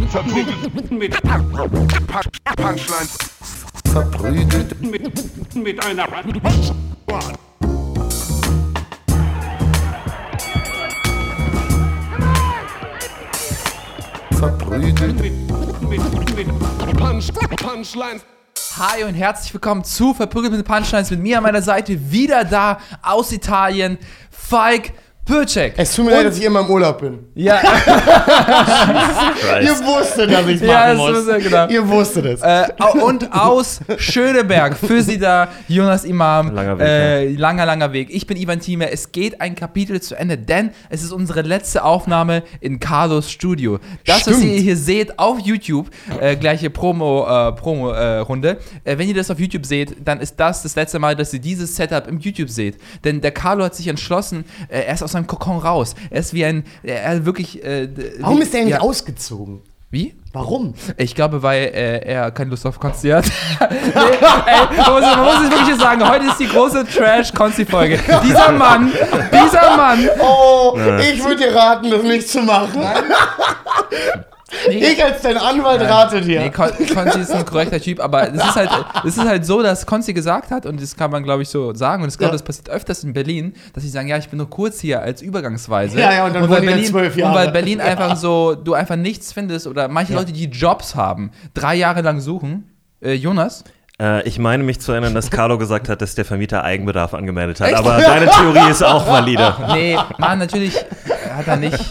Verprügelt mit Punchlines. Verprügelt Mit einer verprügelt mit Punchlines. Hi und herzlich willkommen zu Verprügelt mit Punchlines. Mit mir an meiner Seite wieder da aus Italien, Falk Pürcek. Es tut mir leid, dass ich immer im Urlaub bin. Ja, Ihr wusstet, dass ich es ja, machen muss. genau. Ihr wusstet es. Und aus Schöneberg für Sie da, Jonas Imam. Langer Weg, Langer Weg. Ich bin Ivan Thieme. Es geht ein Kapitel zu Ende, denn es ist unsere letzte Aufnahme in Carlos Studio. Das, was Stimmt. ihr hier seht auf YouTube, gleiche Promo-Runde. Wenn ihr das auf YouTube seht, dann ist das letzte Mal, dass ihr dieses Setup im YouTube seht. Denn der Carlo hat sich entschlossen, er ist aus seinem Kokon raus. Er ist wie er wirklich... Warum ist der nicht ausgezogen? Wie? Warum? Ich glaube, weil er keine Lust auf Konzert. Man muss es wirklich sagen, heute ist die große Trash-Konzi-Folge. Dieser Mann. Oh, ich würde dir raten, das nicht zu machen. Ich als dein Anwalt rate dir. Nee, Konzi ist ein korrekter Typ, aber es ist halt so, dass Konzi gesagt hat, und das kann man, glaube ich, so sagen, und ich glaube, das passiert öfters in Berlin, dass sie sagen, ja, ich bin nur kurz hier als Übergangsweise. Ja, und dann weil wohnen die dann 12 Jahre. Und weil Berlin einfach so, du einfach nichts findest, oder manche Leute, die Jobs haben, 3 Jahre lang suchen. Jonas? Ich meine mich zu erinnern, dass Carlo gesagt hat, dass der Vermieter Eigenbedarf angemeldet hat. Echt? Aber deine Theorie ist auch valide. Nee, Mann, natürlich hat er nicht.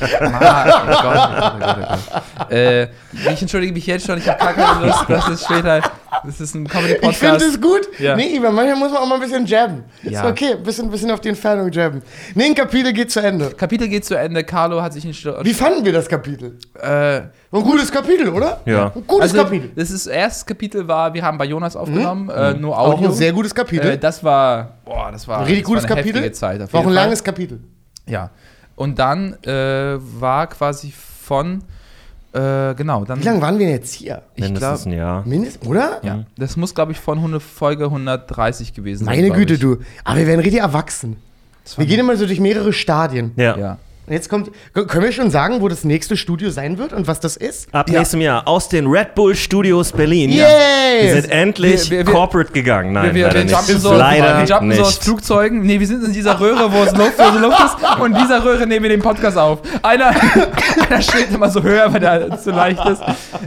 Oh Gott. Ich entschuldige mich jetzt schon, ich habe gar keine Lust, das ist ein Comedy-Podcast. Ich finde es gut. Ja. Nee, Ivan, manchmal muss man auch mal ein bisschen jabben. Ja. Ist okay, ein bisschen auf die Entfernung jabben. Nee, ein Kapitel geht zu Ende. Kapitel geht zu Ende, Carlo hat sich Wie fanden wir das Kapitel? ein gutes Kapitel, oder? Ja. Ein gutes Kapitel. Das erste Kapitel war, wir haben bei Jonas aufgenommen, nur Auch Audio. ein sehr gutes Kapitel. Das war ein richtig gutes eine Kapitel. heftige Zeit, auf War auch ein jeden Fall. langes Kapitel. Ja. Und dann war quasi von, genau. Dann, Wie lange waren wir jetzt hier? Mindestens ein Jahr. Oder? Ja, das muss, glaube ich, von Folge 130 gewesen sein. Meine glaub Güte, ich. du. Aber wir werden richtig erwachsen. Wir gehen immer so durch mehrere Stadien. Ja. Und jetzt können wir schon sagen, wo das nächste Studio sein wird und was das ist? Ab nächstem Jahr aus den Red Bull Studios Berlin. Yay! Wir sind endlich Wir- corporate gegangen. Nein, Wir leider nicht. jumpen so Leider aus nicht. Flugzeugen. Nee, wir sind in dieser Röhre, wo es Luft ist. Und in dieser Röhre nehmen wir den Podcast auf. Einer steht immer so höher, weil der zu leicht ist.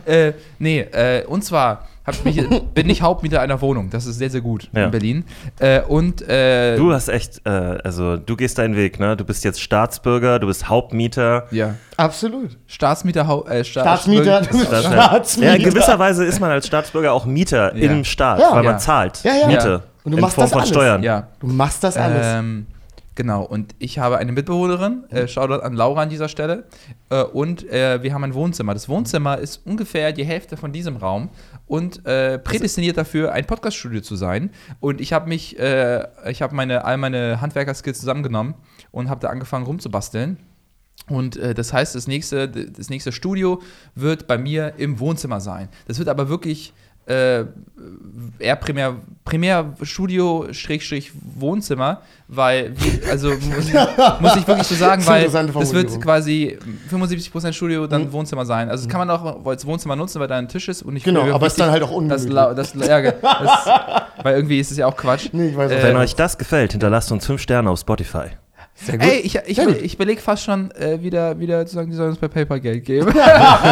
Und zwar bin ich Hauptmieter einer Wohnung. Das ist sehr, sehr gut in Berlin. Du hast echt, du gehst deinen Weg, ne? Du bist jetzt Staatsbürger, du bist Hauptmieter. Ja. Absolut. Staatsmieter, Staatsmieter, du bist Staatsmieter. Ja, in gewisser Weise ist man als Staatsbürger auch Mieter im Staat, weil man zahlt Ja. Miete Und du in machst Form das von alles. Steuern. Ja. Du machst das alles. Genau, und ich habe eine Mitbewohnerin, Shoutout an Laura an dieser Stelle, und wir haben ein Wohnzimmer. Das Wohnzimmer ist ungefähr die Hälfte von diesem Raum und prädestiniert dafür, ein Podcaststudio zu sein. Und ich habe all meine Handwerkerskills zusammengenommen und habe da angefangen rumzubasteln. Und das heißt, das nächste Studio wird bei mir im Wohnzimmer sein. Das wird aber wirklich eher Primärstudio / Wohnzimmer, weil, muss ich wirklich so sagen, weil das wird quasi 75% Studio, dann Wohnzimmer sein. Also das kann man auch als Wohnzimmer nutzen, weil da ein Tisch ist. Und ich Genau, aber es ist dann halt auch ungemütlich. Weil irgendwie ist es ja auch Quatsch. Nee, ich weiß auch Wenn euch das gefällt, hinterlasst uns 5 Sterne auf Spotify. Sehr gut. Ey, ich belege fast schon wieder zu sagen, die sollen uns bei PayPal Geld geben. Weil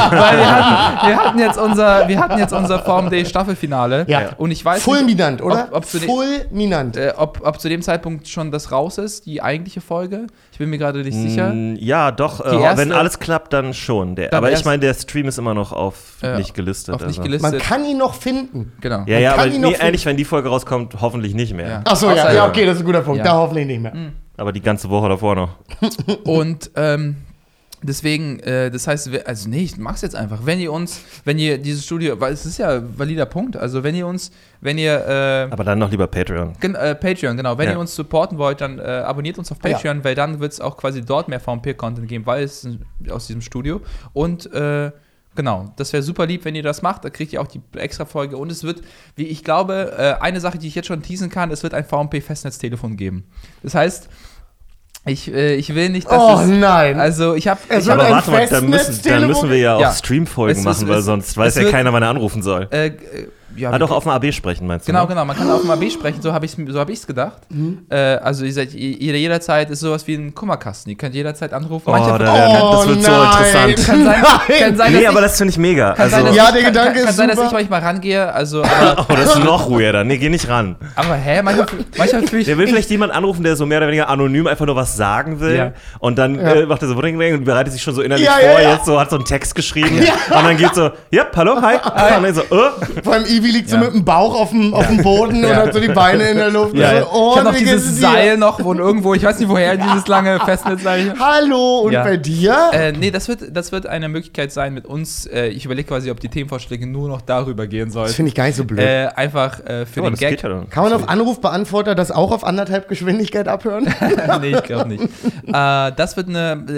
wir hatten jetzt unser Form Day Staffelfinale. Ja. Und ich weiß Fulminant, nicht, oder? ob zu Fulminant. ob zu dem Zeitpunkt schon das raus ist, die eigentliche Folge. Ich bin mir gerade nicht sicher. Ja, doch. Die erste- wenn alles klappt, dann schon. Aber ich meine, der Stream ist immer noch auf nicht gelistet. Auf nicht also. gelistet. Man kann ihn noch finden. Genau. Ja, kann aber ihn noch eigentlich, wenn die Folge rauskommt, hoffentlich nicht mehr. Ja. Achso, Außer- ja, okay, das ist ein guter Punkt. Ja. Da hoffentlich nicht mehr. Aber die ganze Woche davor noch. Und deswegen, das heißt, ich mach's jetzt einfach. Wenn ihr dieses Studio, weil es ist ja ein valider Punkt, also wenn ihr Aber dann noch lieber Patreon. Patreon, genau. Wenn Ja. ihr uns supporten wollt, dann abonniert uns auf Patreon, weil dann wird es auch quasi dort mehr VMP-Content geben, weil es aus diesem Studio. Und genau, das wäre super lieb, wenn ihr das macht. Da kriegt ihr auch die extra Folge. Und es wird, wie ich glaube, eine Sache, die ich jetzt schon teasen kann, es wird ein VMP-Festnetztelefon geben. Das heißt, Ich will nicht, dass Oh nein. Also ich habe... Es Aber wird ein warte mal, dann müssen wir ja auch Ja. Streamfolgen Es machen, ist- weil es- sonst weiß es ja wird- keiner, wann er anrufen soll. ja, Doch auf dem AB sprechen, meinst du? Genau, ne? genau. Man kann auf dem AB sprechen, so habe ich es gedacht. Also ihr seid jederzeit ist sowas wie ein Kummerkasten. Ihr könnt jederzeit anrufen. Oh, Manche- das wird so nein. interessant. kann sein, Nee, dass aber ich- das finde ich mega. kann sein, Also, dass Ja, ich- der Gedanke ist kann sein, dass super. ich manchmal rangehe. Also, aber, oh, das ist noch weirder. Nee, geh nicht ran. aber manchmal fühle ich... Der will vielleicht jemand anrufen, der so mehr oder weniger anonym einfach nur was sagen will. Ja. Und dann macht er so und bereitet sich schon so innerlich Ja, vor. ja, ja. Jetzt so hat so einen Text geschrieben. Und dann geht so, hallo, hi. Und dann so, Vor allem Ivy liegt so Ja. mit dem Bauch auf dem Boden und hat so die Beine in der Luft. Ja, Und ja. so, oh, Ich habe noch wie geht's dieses dir? Seil noch, wo irgendwo, ich weiß nicht woher, dieses lange Festnetz. Hallo, und Ja. bei dir? Nee, das wird eine Möglichkeit sein mit uns. Ich überlege quasi, ob die Themenvorschläge nur noch darüber gehen sollen. Das finde ich gar nicht so blöd. Einfach für den das Gag. geht ja dann. Kann man auf Anrufbeantworter das auch auf 1,5 Geschwindigkeit abhören? Nee, ich glaube nicht. Das wird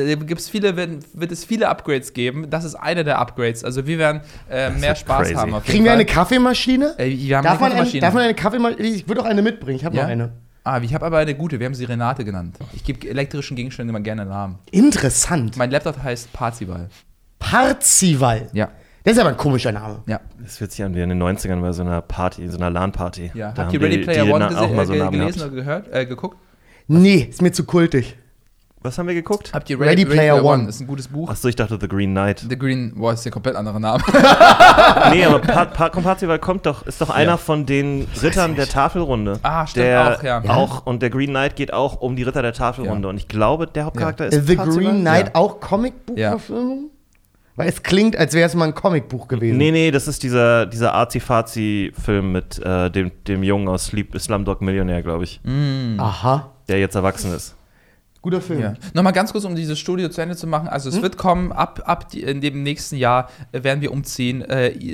wird es viele Upgrades geben. Das ist eine der Upgrades. Also wir werden mehr wird Spaß crazy. haben. Auf jeden Kriegen wir Fall. eine Kaffeemaschine? Wir haben Darf man, eine Kaffeemaschine. darf man eine Kaffeemaschine? Ich würde auch eine mitbringen. Ich habe Ja? noch eine. Ich habe aber eine gute. Wir haben sie Renate genannt. Ich gebe elektrischen Gegenständen immer gerne einen Namen. Interessant. Mein Laptop heißt Parzival. Parzival. Ja. Das ist aber ein komischer Name. Ja. Das fühlt sich an wie in den 90ern bei so einer Party, so einer LAN-Party. Ja. Da Habt ihr haben Ready die Player One auch mal so Namen gelesen gehabt. oder geguckt? Nee, ist mir zu kultig. Was haben wir geguckt? Habt ihr Ready Player One. Ist ein gutes Buch. Achso, ich dachte The Green Knight. The Green, ist der komplett andere Name. Nee, aber Parzival ist doch einer von den Rittern der Tafelrunde. Ah, stimmt, der auch, ja. Auch, und der Green Knight geht auch um die Ritter der Tafelrunde. Ja. Und ich glaube, der Hauptcharakter ist The Parzival. Green Knight Ja. auch Comicbuchverfilmung? Weil es klingt, als wäre es mal ein Comicbuch gewesen. Nee, das ist dieser Arzi-Fazi-Film mit dem Jungen aus Slumdog Millionär, glaube ich. Aha. Der jetzt erwachsen ist. Guter Film. Ja. Nochmal ganz kurz, um dieses Studio zu Ende zu machen. Also es wird kommen, in dem nächsten Jahr werden wir umziehen.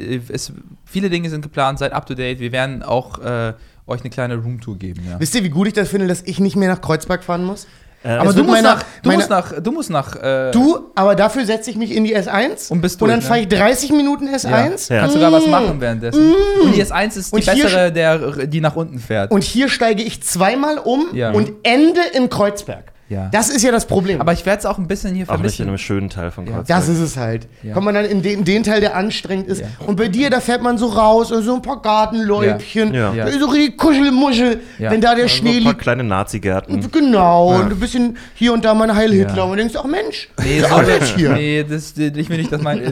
Viele Dinge sind geplant, seid up to date. Wir werden auch euch eine kleine Roomtour geben. Ja. Wisst ihr, wie gut ich das finde, dass ich nicht mehr nach Kreuzberg fahren muss? Aber du musst nach Du, aber dafür setze ich mich in die S1 Und bist und dann durch, fahre ich 30 Minuten S1. Ja. Kannst sogar was machen währenddessen. Und die S1 ist die Und hier bessere, die nach unten fährt. Und hier steige ich zweimal um Ja. und ende in Kreuzberg. Ja. Das ist ja das Problem. Aber ich werde es auch ein bisschen hier Auch nicht in vermissen. einem schönen Teil von Kreuzberg. Das ist es halt. Ja. Kommt man dann in den Teil, der anstrengend ist. Ja. Und bei dir, da fährt man so raus und so ein paar Gartenläubchen. Ja. Ja. So richtig Kuschelmuschel, Ja. wenn da der So Schnee ein paar liegt. kleine Nazi-Gärten. Genau, Ja. und ein bisschen hier und da mal ein Heil Hitler. Ja. Und du denkst, ach Mensch, Nee, ist so auch nett hier. Nee, ich will nicht, dass meine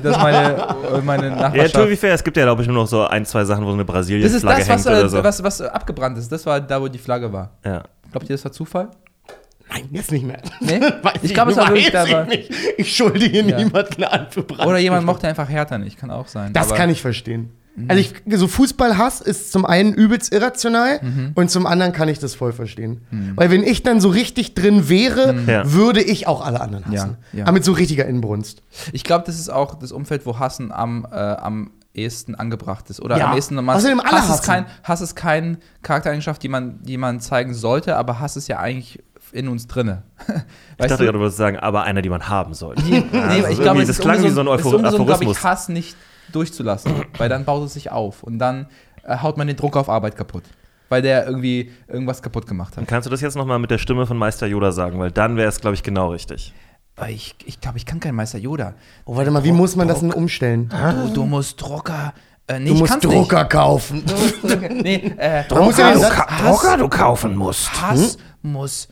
Ja, Nachbarschaft... to be fair, es gibt ja, glaube ich, nur noch so ein, zwei Sachen, wo so eine Das ist Brasilien-Flagge das, hängt oder so. was abgebrannt ist. Das war da, wo die Flagge war. Ja. Glaubt ihr, das war Zufall? Nein, jetzt nicht mehr. Nee? Weiß Ich glaube, es war wirklich weiß da. ich nicht. Ich schulde hier Ja. niemanden an für Brand. Oder jemand mochte einfach Hertha nicht. Kann auch sein. Das kann ich verstehen. Also so Fußballhass ist zum einen übelst irrational und zum anderen kann ich das voll verstehen. Weil wenn ich dann so richtig drin wäre, Ja. würde ich auch alle anderen hassen. Ja, ja. Aber mit so richtiger Inbrunst. Ich glaube, das ist auch das Umfeld, wo Hassen am ehesten angebracht ist. Oder Ja. am ehesten normal. Außerdem alle hassen. Hass ist keine Charaktereigenschaft, die man zeigen sollte, aber Hass ist ja eigentlich in uns drinne. Ich dachte gerade, du würdest sagen, aber einer, die man haben sollte. Nee, ich glaube, das klang wie so ein es ist ungesund, glaube Aphorismus. ich, Hass nicht durchzulassen, weil dann baut es sich auf und dann haut man den Druck auf Arbeit kaputt, weil der irgendwie irgendwas kaputt gemacht hat. Kannst du das jetzt nochmal mit der Stimme von Meister Yoda sagen? Weil dann wäre es, glaube ich, genau richtig. Ich glaube, ich kann keinen Meister Yoda. Oh, warte mal, wie muss man das denn umstellen? Du musst Drucker. Nee, Du ich musst kann's Drucker kaufen. nicht. Nee, Man muss ja den Satz, Drucker, du kaufen musst. Hass muss,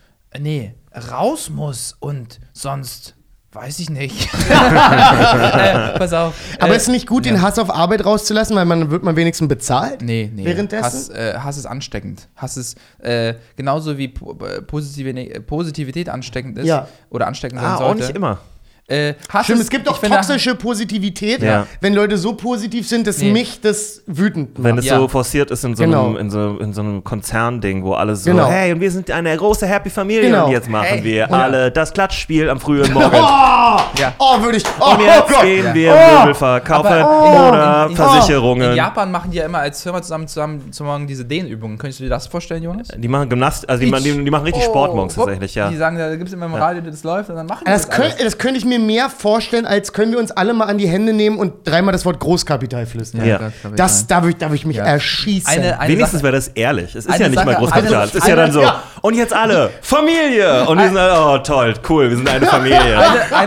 raus muss und sonst weiß ich nicht. Pass auf. aber ist nicht gut, den Hass auf Arbeit rauszulassen, weil man wird man wenigstens bezahlt? Nee. Währenddessen? Hass ist ansteckend. Hass ist genauso wie Positivität ansteckend ist Ja. oder ansteckend sein Auch sollte. nicht immer. Hass Stimmt, ist, es gibt ich auch finde, toxische Positivität, Ja. wenn Leute so positiv sind, dass Nee. mich das wütend Wenn macht. es Ja. so forciert ist in so Genau. einem, in so einem Konzernding, wo alle so, Genau. hey, und wir sind eine große Happy Familie Genau. und jetzt machen Hey. wir Ja. alle das Klatschspiel am frühen Morgen. Ja. Oh, würde ich. Oh, Und jetzt Gott. gehen Ja. wir Oh. Möbel verkaufen Aber- oder in Versicherungen. In Japan machen die ja immer als Firma zusammen zu morgen diese Dehnübungen. Könntest du dir das vorstellen, Jonas? Die machen Gymnastik, also die machen richtig Sport morgens tatsächlich, ja. Die sagen, da gibt es immer im Radio, das läuft und dann machen die Das alles. könnte ich mir mehr vorstellen, als können wir uns alle mal an die Hände nehmen und dreimal das Wort Großkapital flüstern. Ja. Da würde ich mich erschießen. Wenigstens wäre das ehrlich. Es ist eine ja nicht Sache- mal Großkapital. Es ist ja dann so, und jetzt alle, Familie. Und wir sind alle, oh toll, cool, wir sind eine Familie.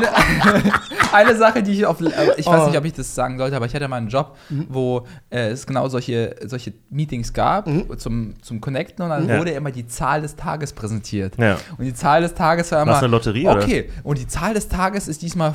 Eine Sache, die ich ich weiß nicht, ob ich das sagen sollte, aber ich hatte mal einen Job, wo es genau solche Meetings gab zum Connecten und dann wurde immer die Zahl des Tages präsentiert. Ja. Und die Zahl des Tages war immer... Was, eine Lotterie, oder? Okay, und die Zahl des Tages ist diesmal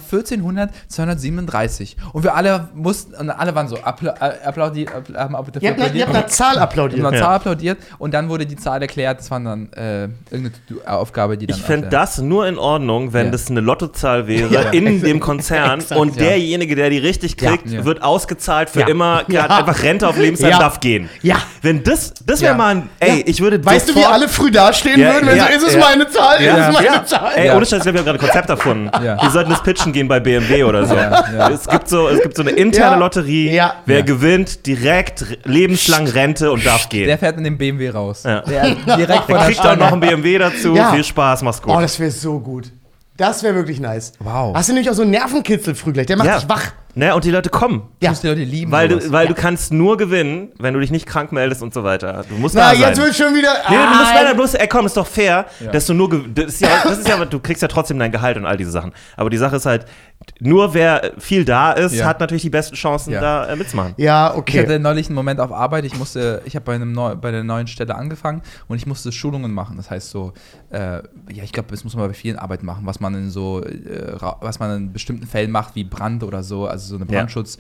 14.237. Und wir alle mussten, und alle waren so applaudiert. Ihr habt eine Zahl applaudiert. Eine Zahl applaudiert und dann wurde die Zahl erklärt, das war dann irgendeine Aufgabe, die dann... Ich fände das nur in Ordnung, wenn Ja. das eine Lottozahl wäre in dem Konzern und derjenige, der die richtig kriegt, Ja. wird ausgezahlt für Ja. immer, Ja. einfach Rente auf Lebenszeit, Ja. darf gehen. Ja. Wenn das wäre Ja. mal ein, ich würde Weißt du, wie sofort- alle früh dastehen Ja, würden, wenn ja, so, ist es ja. meine Zahl, Ja. ist es meine Ja. Zahl. Ey, Ja. ohne Scheiß, ich glaube, wir haben gerade ein Konzept erfunden. Ja. Wir sollten das pitchen gehen bei BMW oder so. Ja. Es gibt so eine interne Ja. Lotterie. Ja. Wer Ja. gewinnt, direkt lebenslang Rente und darf gehen. Der fährt in den BMW raus. Ja. Der direkt von Der der kriegt dann noch Stange. ein BMW dazu. Ja. Viel Spaß, mach's gut. Oh, das wäre so gut. Das wäre wirklich nice. Wow. Hast du nämlich auch so einen Nervenkitzel früh gleich, der macht dich wach. Ne, und die Leute kommen. Du musst die Leute lieben. Weil sowas. du kannst nur gewinnen, wenn du dich nicht krank meldest und so weiter. Du musst Na, da sein. jetzt wird schon wieder. Nee, du musst leider bloß, komm, ist doch fair, Ja. dass du nur, das ist ja, du kriegst ja trotzdem dein Gehalt und all diese Sachen. Aber die Sache ist halt, nur wer viel da ist, Ja. hat natürlich die besten Chancen, Ja. da mitzumachen. Ja, Ich okay. hatte neulich einen Moment auf Arbeit, ich habe bei der neuen Stelle angefangen und ich musste Schulungen machen. Das heißt so, ich glaube, das muss man bei vielen Arbeiten machen, was man was man in bestimmten Fällen macht, wie Brand oder so, also so eine Ja. Brandschutz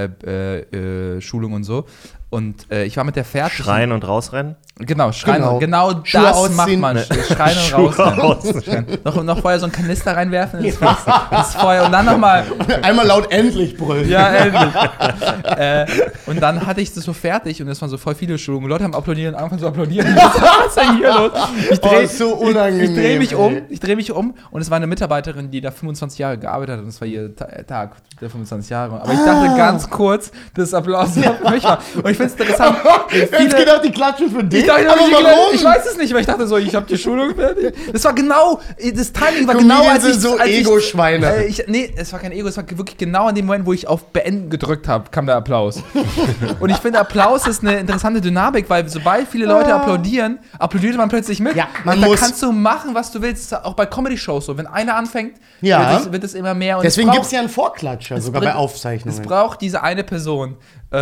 Schulung und so. Und ich war mit der fertig. Schreien und rausrennen. Genau, schreien. Genau. Genau Schuhe das ausziehen. macht man. Schreien und Schuhe rausrennen. ausziehen. Noch vorher so einen Kanister reinwerfen ins Fenster. Das Feuer und dann nochmal. Einmal laut endlich brüllen. Ja, endlich. Und dann hatte ich das so fertig und es waren so voll viele Schulungen. Und Leute haben applaudiert und angefangen zu applaudieren. Was ist denn hier los? ist so unangenehm. Ich drehe mich um und es war eine Mitarbeiterin, die da 25 Jahre gearbeitet hat und es war ihr Tag der 25 Jahre. Aber ich dachte ganz kurz, das Applaus für mich war. Und ich finde es interessant. Ich hab gedacht, die klatschen für dich. Ich dachte, aber warum? ich weiß es nicht, weil ich dachte so, ich habe die Schulung fertig. Das war genau, das Timing war genau, Comedians als ich sind so als ich- Ego-Schweine. Nee, es war kein Ego, es war wirklich genau in dem Moment, wo ich auf Beenden gedrückt habe, kam der Applaus. Und ich finde, Applaus ist eine interessante Dynamik, weil sobald viele Leute applaudiert man plötzlich mit. Ja, man und da muss. kannst du machen, was du willst. Auch bei Comedy-Shows so. Wenn einer anfängt, Ja. wird es immer mehr. Und Deswegen es gibt braucht- es ja einen Vorklatscher, sogar bei Es Aufzeichnungen. braucht diese eine Person.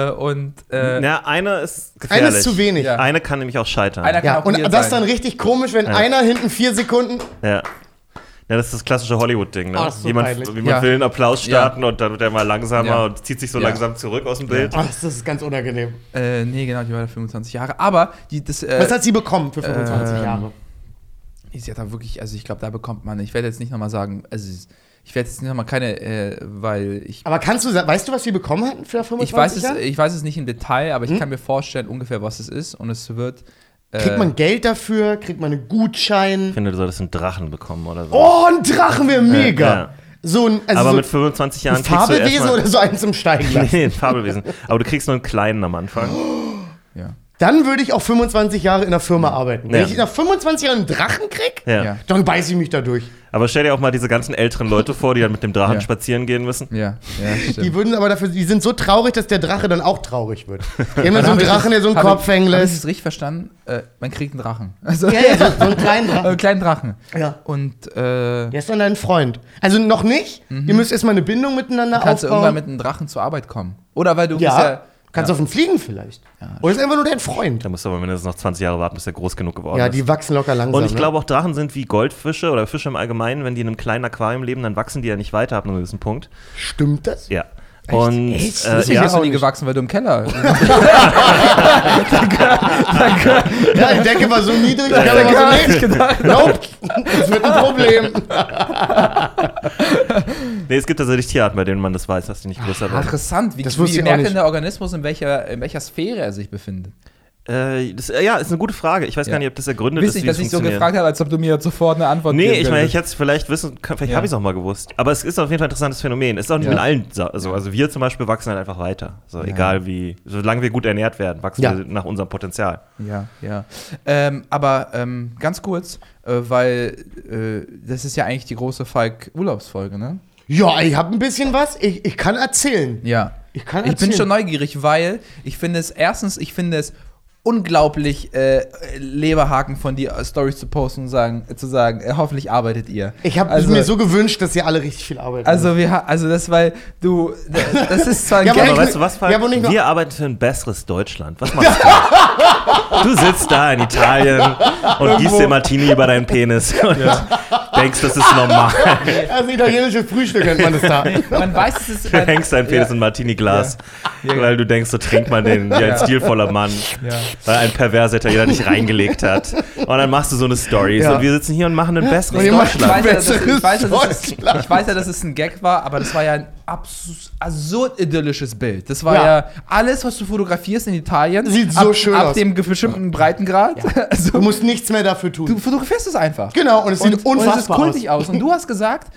Ja, einer ist gefährlich. Eines zu wenig. Ja. Eine kann nämlich auch scheitern. Einer kann Ja, auch und weird das sein. dann richtig komisch, wenn einer hinten 4 Sekunden. Ja. Ja, das ist das klassische Hollywood-Ding, ne? Oh, das ist so Jemand peinlich. will einen Applaus starten und dann wird er mal langsamer Ja. und zieht sich so Ja. langsam zurück aus dem Bild. Oh, das ist ganz unangenehm. Nee, genau, die war da 25 Jahre. Aber Was hat sie bekommen für 25 Jahre? ist ja da wirklich, also ich glaube, da bekommt man, ich werde jetzt nicht nochmal sagen, ich werde jetzt nicht nochmal keine, weil ich. Aber weißt du, was sie bekommen hatten für 25 Jahre? Ich weiß es nicht im Detail, aber ich kann mir vorstellen ungefähr, was es ist. Und es wird. Kriegt man Geld dafür? Kriegt man einen Gutschein? Ich finde, du solltest einen Drachen bekommen oder so. Oh, ein Drachen wäre mega. Ja. So ein, also Aber so mit 25 Jahren ein kriegst du Fabelwesen erstmal... oder so einen zum Steigen lassen. Nee, ein Fabelwesen. Aber du kriegst nur einen kleinen am Anfang. Ja. Dann würde ich auch 25 Jahre in der Firma arbeiten. Wenn Ja. ich nach 25 Jahren einen Drachen krieg, Ja. Ja. dann beiße ich mich da durch. Aber stell dir auch mal diese ganzen älteren Leute vor, die dann mit dem Drachen Ja. spazieren gehen müssen. Ja, stimmt. Die würden aber dafür, die sind so traurig, dass der Drache dann auch traurig wird. Immer so einen Drachen, der so einen Kopf hängen Habe ich lässt. es richtig verstanden? Man kriegt einen Drachen. Also, Ja, so einen kleinen Drachen. einen kleinen Drachen. Ja. Und Der ist dann dein Freund. Also noch nicht. Ihr müsst erstmal eine Bindung miteinander kannst du aufbauen. irgendwann mit einem Drachen zur Arbeit kommen. Oder weil du bist ja. Kannst ja. auf ihn fliegen vielleicht. Oder ist einfach nur dein Freund. Da musst du aber mindestens noch 20 Jahre warten, bis er groß genug geworden Ja, ist. die wachsen locker langsam. Und ich ne? glaube auch Drachen sind wie Goldfische oder Fische im Allgemeinen, wenn die in einem kleinen Aquarium leben, dann wachsen die ja nicht weiter ab einem gewissen Punkt. Stimmt das? Ja. Und Echt? Deswegen ja, bist du auch nie nicht. gewachsen, weil du im Keller. Ja, die Decke war so niedrig, ich habe gar aber nicht so gedacht. Nope, das wird ein Problem. nee, es gibt tatsächlich Tierarten, bei denen man das weiß, dass die nicht größer werden. Interessant. Wie, Das wusste wie ich auch merkt nicht. denn der Organismus, in welcher Sphäre er sich befindet? Ist eine gute Frage. Ich weiß gar nicht, ob das ergründet ist, Witzig, wie dass es ich so funktioniert. gefragt habe, als ob du mir sofort eine Antwort Nee, geben ich meine, könntest. ich hätte es vielleicht wissen können, vielleicht Ja. habe ich es auch mal gewusst. Aber es ist auf jeden Fall ein interessantes Phänomen. Es ist auch nicht Ja. mit allen so. Also wir zum Beispiel wachsen halt einfach weiter. So, egal wie, solange wir gut ernährt werden, wachsen Ja. wir nach unserem Potenzial. Ja. Aber ganz kurz, weil das ist ja eigentlich die große Falk-Urlaubsfolge, ne? Ja, ich habe ein bisschen was. Ich kann erzählen. Ja. Ich kann bin erzählen. schon neugierig, weil ich finde es unglaublich Leberhaken von dir, Stories zu posten und zu sagen, hoffentlich arbeitet ihr. Ich habe mir so gewünscht, dass ihr alle richtig viel arbeiten. Das ist zwar ein Ja, aber Gag. Aber weißt du was, Falk? Ja, aber nicht nur- Wir arbeiten für ein besseres Deutschland. Was machst du? Du sitzt da in Italien und gießt dir Martini über deinen Penis und denkst, das ist normal. Also italienisches Frühstück nennt man das da. Man weiß, es ist. Du hängst deinen Penis in Martini-Glas, weil du denkst, so trinkt man den wie ein stilvoller Mann, weil ein perverser Italiener dich reingelegt hat. Und dann machst du so eine Story. Ja. Und wir sitzen hier und machen ein besseres Und ihr macht Deutschland. Ich weiß ja, dass es ein Gag war, aber das war ja ein absurd idyllisches Bild. Das war ja alles, was du fotografierst in Italien. Sieht so schön ab aus. dem bestimmten Breitengrad. Also, Du musst nichts mehr dafür tun. du fotografierst es einfach. Genau, und es sieht Und es ist unfassbar kultig aus. Und du hast gesagt,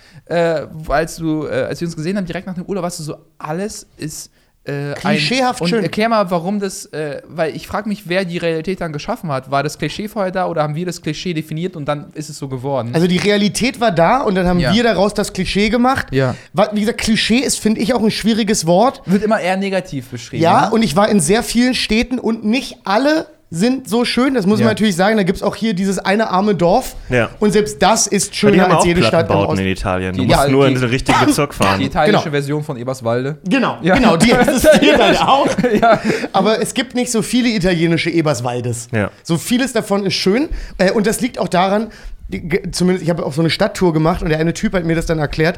als wir uns gesehen haben, direkt nach dem Urlaub, warst du so, alles ist klischeehaft schön. Und erklär mal, warum das, weil ich frage mich, wer die Realität dann geschaffen hat. War das Klischee vorher da oder haben wir das Klischee definiert und dann ist es so geworden? Also die Realität war da und dann haben wir daraus das Klischee gemacht. Ja. Wie gesagt, Klischee ist, finde ich, auch ein schwieriges Wort. Wird immer eher negativ beschrieben. Ja, ne? und ich war in sehr vielen Städten und nicht alle sind so schön. Das muss man natürlich sagen. Da gibt es auch hier dieses eine arme Dorf. Ja. Und selbst das ist Die schöner haben als auch jede Stadt im Plattenbauten in Osten. Italien. Du Die- musst ja, nur die- in den richtigen Bezirk Die fahren. italienische Genau. Version von Eberswalde. Genau, Ja. genau, die existiert halt auch. Ja. Aber es gibt nicht so viele italienische Eberswaldes. Ja. So vieles davon ist schön. Und das liegt auch daran, zumindest ich habe auch so eine Stadttour gemacht und der eine Typ hat mir das dann erklärt,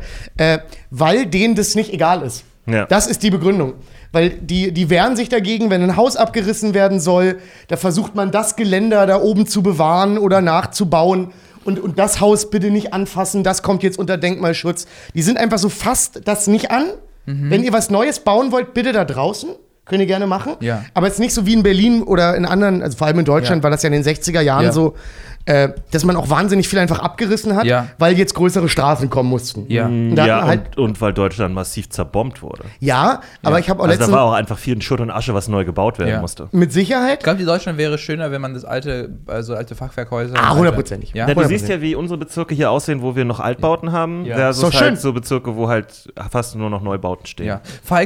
weil denen das nicht egal ist. Ja. Das ist die Begründung. Weil die wehren sich dagegen, wenn ein Haus abgerissen werden soll, da versucht man das Geländer da oben zu bewahren oder nachzubauen. Und das Haus bitte nicht anfassen, das kommt jetzt unter Denkmalschutz. Die sind einfach so, fasst das nicht an. Wenn ihr was Neues bauen wollt, bitte da draußen. Könnt ihr gerne machen. Ja. Aber jetzt nicht so wie in Berlin oder in anderen, also vor allem in Deutschland war das ja in den 60er Jahren Ja. so, dass man auch wahnsinnig viel einfach abgerissen hat, Ja. weil jetzt größere Straßen kommen mussten. Ja. Und da hat Ja, man halt, und weil Deutschland massiv zerbombt wurde. ja, aber ich habe auch Also da letztens war auch einfach viel in Schutt und Asche, was neu gebaut werden Ja. musste. mit Sicherheit. Ich glaube, Deutschland wäre schöner, wenn man das alte Fachwerkhäuser. Hundertprozentig. Ja. Ja, du 100%. siehst ja, wie unsere Bezirke hier aussehen, wo wir noch Altbauten haben. Ja. Versus Ist doch schön. halt so Bezirke, wo halt fast nur noch Neubauten stehen. Ja. Falk,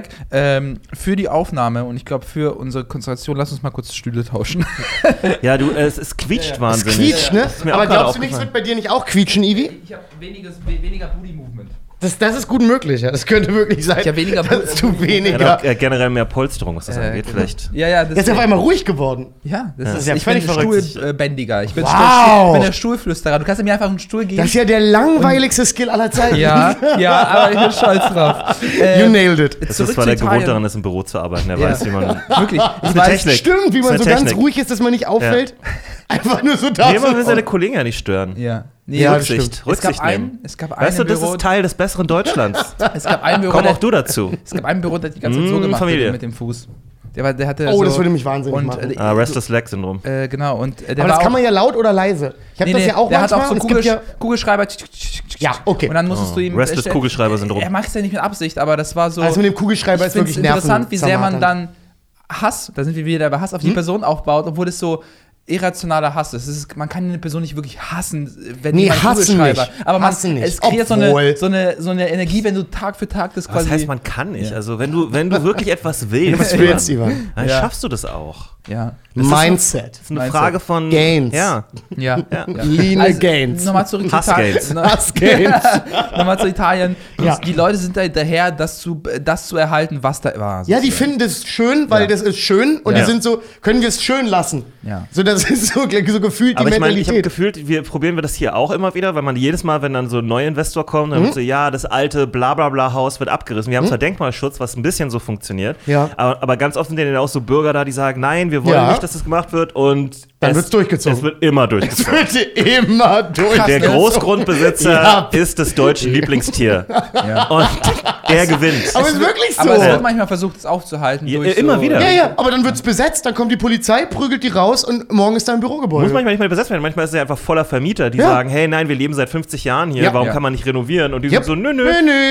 für die Aufnahme und ich glaube für unsere Konzentration, lass uns mal kurz Stühle tauschen. Ja, es quietscht wahnsinnig. Quietscht, ne? ist mir auch Aber gerade glaubst du nicht, es aufgefallen. wird bei dir nicht auch quietschen, Ivi? Ich habe weniger Booty-Movement. Das ist gut möglich, ja. Das könnte wirklich sein. Ich hab weniger dass du Er hat weniger. auch generell mehr Polsterung, was das angeht, vielleicht. Ja, das Jetzt ist auf einmal ruhig geworden. Ja, das ist ja ich bin völlig verrückt. Stuhlbändiger. Ich bin, Wow. ich bin der Stuhlflüsterer. Du kannst mir einfach einen Stuhl geben. Das ist ja der langweiligste Skill aller Zeiten. ja, aber ich bin stolz drauf. You nailed it. Das zurück ist zwar zu der Gewohnt Italien. daran, ist im Büro zu arbeiten. Er Ja. weiß, wie man. Wirklich. Ich eine weiß, Technik. Stimmt, wie man Das so ist eine ganz Technik. ruhig ist, dass man nicht auffällt. Einfach nur so da. Nee, man will so. seine Kollegen ja nicht stören. Ja. Nee, Ja, Rücksicht, Rücksicht nehmen. Es gab einen Weißt du, das Büro, ist Teil des besseren Deutschlands. es gab ein Büro, Komm auch du dazu. Es gab einen Büro, der hat die ganze Zeit so gemacht Familie. mit dem Fuß. Der hatte Oh, so, das würde mich wahnsinnig und, machen. Restless Leg Syndrom. Genau, und der Aber war das auch, kann man ja laut oder leise. Ich habe das ja auch der manchmal. hat auch so und es gibt ja, Kugelschreiber. Ja, okay. Und dann musstest du ihm. Restless Kugelschreiber-Syndrom. Er macht es ja nicht mit Absicht, aber das war so. also mit dem Kugelschreiber ich ist finde wirklich es interessant, wie sehr man nervenzermarternd. dann Hass, da sind wir wieder bei Hass auf die Person aufbaut, obwohl es so irrationaler Hass ist. Man kann eine Person nicht wirklich hassen, wenn Nee, jemand hassen Kugelschreiber. nicht. Aber man, Hassen nicht. es kreiert so Obwohl. eine Energie, wenn du Tag für Tag das Was quasi. heißt, man kann nicht? Also, wenn du wirklich etwas willst, Was willst du, Ivan? dann Ja. schaffst du das auch. Ja. Mindset. Das ist eine Mindset. Frage von Gains. Ja. Ja. Lean Gains. Nochmal zurück zu Hassgains. Italien. Hassgains. Nochmal zu Italien. Ja. Die Leute sind da hinterher, das zu erhalten, was da war. Ja, die sozusagen. finden das schön, weil Ja. das ist schön. Und Ja. die sind so, können wir es schön lassen. Ja. So, das ist so gefühlt Aber die ich meine, ich habe Mentalität. gefühlt, probieren wir das hier auch immer wieder, weil man jedes Mal, wenn dann so ein neuer Investor kommt, Mhm. dann wird so, ja, das alte Blablabla-Haus wird abgerissen. Wir haben zwar Denkmalschutz, was ein bisschen so funktioniert, Ja. aber ganz oft sind ja auch so Bürger da, die sagen, nein, wir wollen Ja. nicht, dass das gemacht wird und Dann wird's durchgezogen. Es wird immer Es durchgezogen. wird immer durch. Der ne? Großgrundbesitzer Ja. ist das deutsche Lieblingstier. Ja. Und der gewinnt. Aber es ist wirklich so. Aber es wird manchmal versucht, es aufzuhalten. Ja, durch immer so, wieder. Ja, ja, aber dann wird's besetzt, dann kommt die Polizei, prügelt die raus und morgen ist da ein Bürogebäude. Muss manchmal nicht mal besetzt werden. Manchmal ist er einfach voller Vermieter, die Ja. sagen, hey, nein, wir leben seit 50 Jahren hier, Ja. warum Ja. kann man nicht renovieren? Und die Yep. sind so, nö, nö.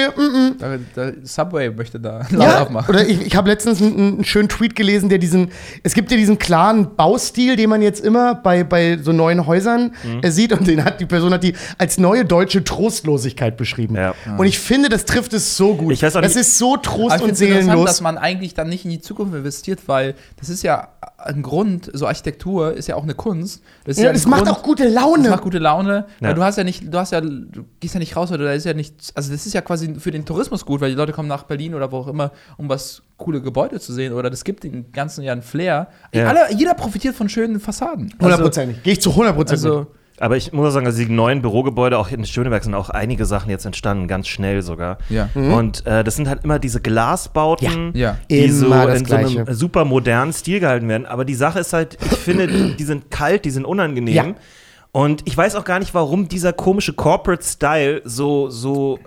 Subway möchte da Ja, aufmachen. oder ich habe letztens einen schönen Tweet gelesen, der es gibt ja diesen klaren Baustil, den man jetzt jetzt immer bei so neuen Häusern sieht, und die Person hat die als neue deutsche Trostlosigkeit beschrieben. Ja. Und ich finde, das trifft es so gut. Ich weiß auch das nicht- ist so trost- Aber ich und finde es interessant, seelenlos. dass man eigentlich dann nicht in die Zukunft investiert, weil das ist ja ein Grund, so Architektur ist ja auch eine Kunst. Das ist Ja, ein das macht Grund- auch gute Laune. Das macht gute Laune, Ja. weil du gehst ja nicht raus, oder da ist ja nicht, also das ist ja quasi für den Tourismus gut, weil die Leute kommen nach Berlin oder wo auch immer, um was coole Gebäude zu sehen, oder das gibt den ganzen Jahr einen Flair. Ja. Jeder profitiert von schönen Fassaden. 100%. Gehe ich zu 100% Also, Aber ich muss auch sagen, also die neuen Bürogebäude, auch in Schöneberg, sind auch einige Sachen jetzt entstanden, ganz schnell sogar. ja. Und das sind halt immer diese Glasbauten, Ja. die so Immer das in so einem Gleiche. super modernen Stil gehalten werden. Aber die Sache ist halt, ich finde, die sind kalt, die sind unangenehm. Ja. Und ich weiß auch gar nicht, warum dieser komische Corporate Style so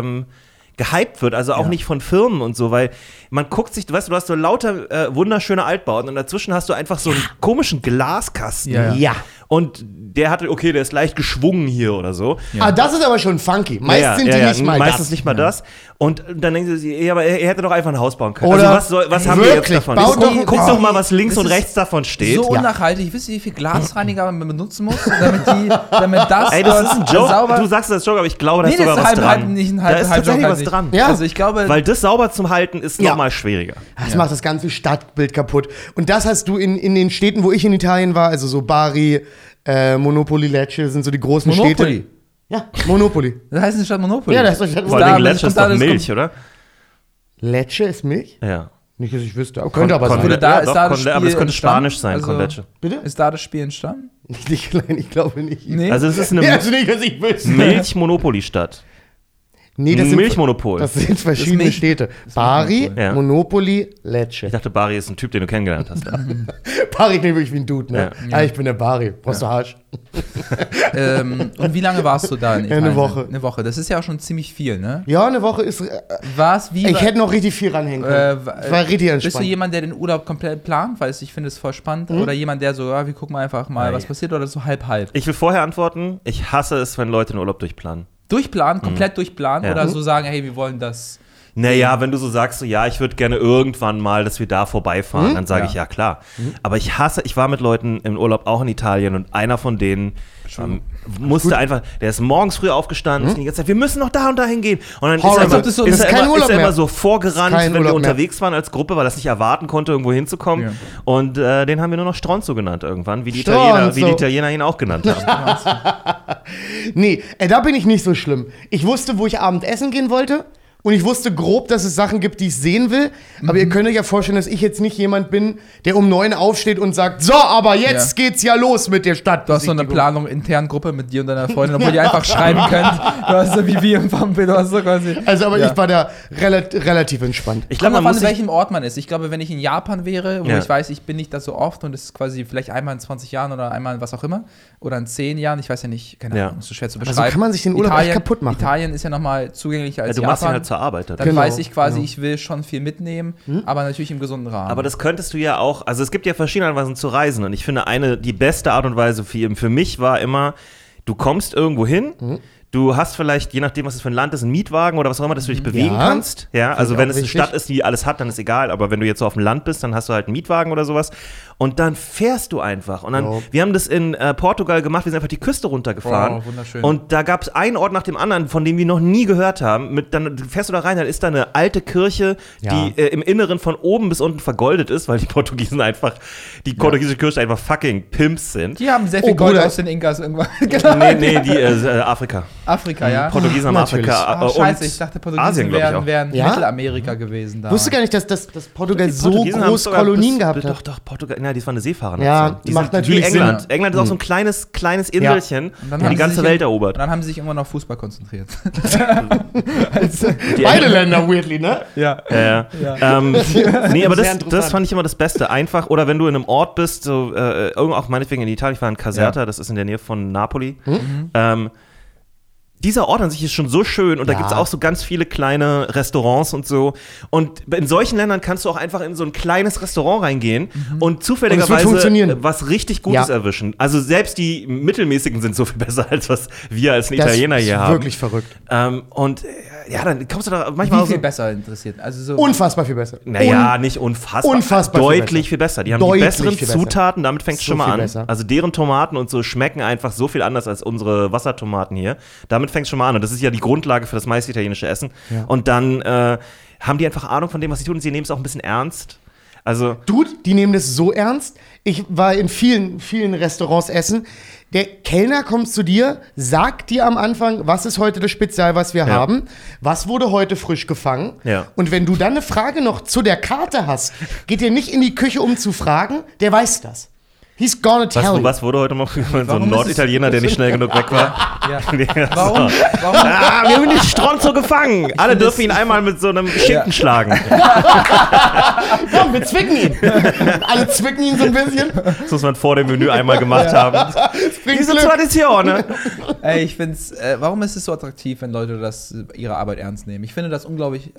gehypt wird, also auch nicht von Firmen und so, weil man guckt sich, du weißt, du hast so lauter wunderschöne Altbauten und dazwischen hast du einfach so einen komischen Glaskasten. Ja. Ja. Und der hatte, okay, der ist leicht geschwungen hier oder so. Ah, das ist aber schon funky. Meist sind die nicht mal meistens das. nicht mal das. Und dann denken sie sich, ja, aber er hätte doch einfach ein Haus bauen können. Oder also was haben wir jetzt wirklich, davon? baut doch- Guck doch mal, was links Das und ist rechts davon steht. So unnachhaltig. Wisst ihr, wie viel Glasreiniger man benutzen muss, damit das Ey, das ist ein Joke. sauber. Du sagst das als Joke, aber ich glaube, da Nee, ist das sogar ist was halb, dran. nicht ein Da halb, ist halb tatsächlich Joke, was halt dran. nicht. Ja. Also ich glaube, Weil das sauber zum Halten ist Ja. noch mal schwieriger. Das macht das ganze Stadtbild kaputt. Und das hast du in den Städten, wo ich in Italien war, also so Bari, Monopoli, Lecce, sind so die großen Monopoly. Städte. Ja, Monopoly. Das heißt in Stadt Monopoly. Ja, das ist Stadt Vor Da- allem das Lecce kommt ist doch alles- Milch, oder? Lecce ist Milch? Ja. Nicht, dass ich wüsste. Aber könnte aber Con- sein. Oder da- ist doch, da das aber es Spiel könnte Spanisch sein, entstanden? con Lecce. Bitte? Ist da das Spiel entstanden? Nicht klein, ich glaube nicht. Nee. Also es ist eine Ja, also nicht, dass ich wüsste. Milch-Monopoly-Stadt. Nee, das Milchmonopol. Das sind verschiedene Milch- Städte. Bari, Monopol. Ja. Monopoly, Lecce. Ich dachte, Bari ist ein Typ, den du kennengelernt hast. Bari klingt wirklich wie ein Dude, ne? Ja. Ah, ich bin der Bari. Brauchst du Arsch? Und wie lange warst du da in Ja, eine Italien? Woche. Eine Woche. Das ist ja auch schon ziemlich viel, ne? Ja, eine Woche ist. Wie Ich hätte noch richtig viel ranhängen können. Ich war richtig Bist du entspannt. jemand, der den Urlaub komplett plant? Weil ich finde es voll spannend. Oder jemand, der so, ja, wir gucken einfach mal, Nein. was passiert, oder so halb-halb? Ich will vorher antworten, ich hasse es, wenn Leute den Urlaub durchplanen. Durchplanen, komplett durchplanen, Ja. oder so sagen, hey, wir wollen das. Naja, wenn du so sagst, so, ja, ich würde gerne irgendwann mal, dass wir da vorbeifahren, dann sage Ja. ich, ja klar. Aber ich war mit Leuten im Urlaub auch in Italien und einer von denen musste einfach, der ist morgens früh aufgestanden, ist die ganze Zeit, wir müssen noch da und da hingehen. Und dann Horror. ist er Als ob das so- immer, das ist kein Urlaub ist er mehr. immer so vorgerannt, Kein wenn wir Urlaub mehr. unterwegs waren als Gruppe, weil er es nicht erwarten konnte, irgendwo hinzukommen. Ja. Und den haben wir nur noch Stronzo genannt irgendwann, wie die Stronzo. Italiener ihn auch genannt haben. Nee, da bin ich nicht so schlimm. Ich wusste, wo ich Abend essen gehen wollte. Und ich wusste grob, dass es Sachen gibt, die ich sehen will. Aber ihr könnt euch ja vorstellen, dass ich jetzt nicht jemand bin, der um 9 aufsteht und sagt, so, aber jetzt geht's ja los mit der Stadt. Du hast so eine Planung, interne Gruppe mit dir und deiner Freundin, obwohl ihr einfach schreiben könnt. Du hast so wie wir im Vampir, du hast so quasi. Also, aber Ja. ich war da relativ entspannt. Ich Kommt glaube, man drauf an, muss in sich, welchem Ort man ist. Ich glaube, wenn ich in Japan wäre, wo Ja. ich weiß, ich bin nicht da so oft und es ist quasi vielleicht einmal in 20 Jahren oder einmal in was auch immer oder in 10 Jahren, ich weiß ja nicht, keine Ja. Ahnung, ist so schwer zu so beschreiben. kann man sich den Urlaub echt kaputt machen. Italien ist ja nochmal zugänglicher als du Japan. machst ihn halt zur Arbeit. Dann Genau, weiß ich quasi, genau. ich will schon viel mitnehmen, aber natürlich im gesunden Rahmen. Aber das könntest du ja auch, also es gibt ja verschiedene Art und Weisen zu reisen und ich finde die beste Art und Weise für mich war immer, du kommst irgendwo hin, du hast vielleicht, je nachdem, was es für ein Land ist, einen Mietwagen oder was auch immer, dass du dich bewegen Ja. kannst. Ja, also ich wenn auch es eine richtig. Stadt ist, die alles hat, dann ist egal, aber wenn du jetzt so auf dem Land bist, dann hast du halt einen Mietwagen oder sowas und dann fährst du einfach und dann, Ja. wir haben das in Portugal gemacht, wir sind einfach die Küste runtergefahren Oh, wunderschön. und da gab es einen Ort nach dem anderen, von dem wir noch nie gehört haben, dann fährst du da rein, dann ist da eine alte Kirche, Ja. die im Inneren von oben bis unten vergoldet ist, weil die Portugiesen einfach, die portugiesische Kirche einfach fucking Pimps sind. die haben sehr viel Oh, Gold Bruder. aus den Inkas irgendwann. Nee, die Afrika. Afrika, ja. Portugiesen haben Natürlich. Afrika. Ah, scheiße, und ich dachte, Asien, Portugiesen glaub ich auch. wären Ja? Mittelamerika gewesen. Da. Wusste gar nicht, dass Portugal Die so Portugiesen haben groß sogar Kolonien bis- gehabt hat. Doch, Portugal, na, die war eine Seefahrer. Ja, die macht sind natürlich wie England. Sinn. England ist auch so ein kleines Inselchen, Und dann die haben die sie ganze sich Welt Und erobert. dann haben sie sich irgendwann auf Fußball konzentriert. Beide Länder, weirdly, ne? ja. Ja. Nee, aber Sehr das interessant. fand ich immer das Beste. Einfach, oder wenn du in einem Ort bist, so, auch meinetwegen in Italien, ich war in Caserta, das ist in der Nähe von Napoli. Dieser Ort an sich ist schon so schön und da Ja. gibt es auch so ganz viele kleine Restaurants und so. Und in solchen Ländern kannst du auch einfach in so ein kleines Restaurant reingehen und zufälligerweise funktionieren. was richtig Gutes Ja. erwischen. Also selbst die mittelmäßigen sind so viel besser, als was wir als Das Italiener ist hier haben. wirklich verrückt. Und ja, dann kommst du da manchmal Wie auch so. viel besser interessiert? Also so Unfassbar viel besser. Naja, nicht unfassbar. Unfassbar Deutlich viel besser. Die haben Deutlich die besseren viel besser. Zutaten, damit fängt es So schon mal viel an. besser. Also deren Tomaten und so schmecken einfach so viel anders als unsere Wassertomaten hier. Damit fängt es schon mal an. Und das ist ja die Grundlage für das meiste italienische Essen. Ja. Und dann haben die einfach Ahnung von dem, was sie tun. Und sie nehmen es auch ein bisschen ernst. Also, Dude, die nehmen das so ernst. Ich war in vielen, vielen Restaurants essen. Der Kellner kommt zu dir, sagt dir am Anfang, was ist heute das Spezial, was wir haben, was wurde heute frisch gefangen. Ja. Und wenn du dann eine Frage noch zu der Karte hast, geht er nicht in die Küche, um zu fragen, der weiß das. He's gonna tell you. was wurde heute noch? So Warum ein ist Norditaliener, der nicht schnell genug weg war. Ja. Warum? Ah, wir haben ihn nicht Stronzo gefangen. Alle dürfen ihn einmal mit so einem Schinken schlagen. Komm, wir zwicken ihn. Alle zwicken ihn so ein bisschen. Das muss man vor dem Menü einmal gemacht haben. Diese Tradition, ne? Ey, ich find's, warum ist es so attraktiv, wenn Leute ihre Arbeit ernst nehmen? Ich finde das unglaublich,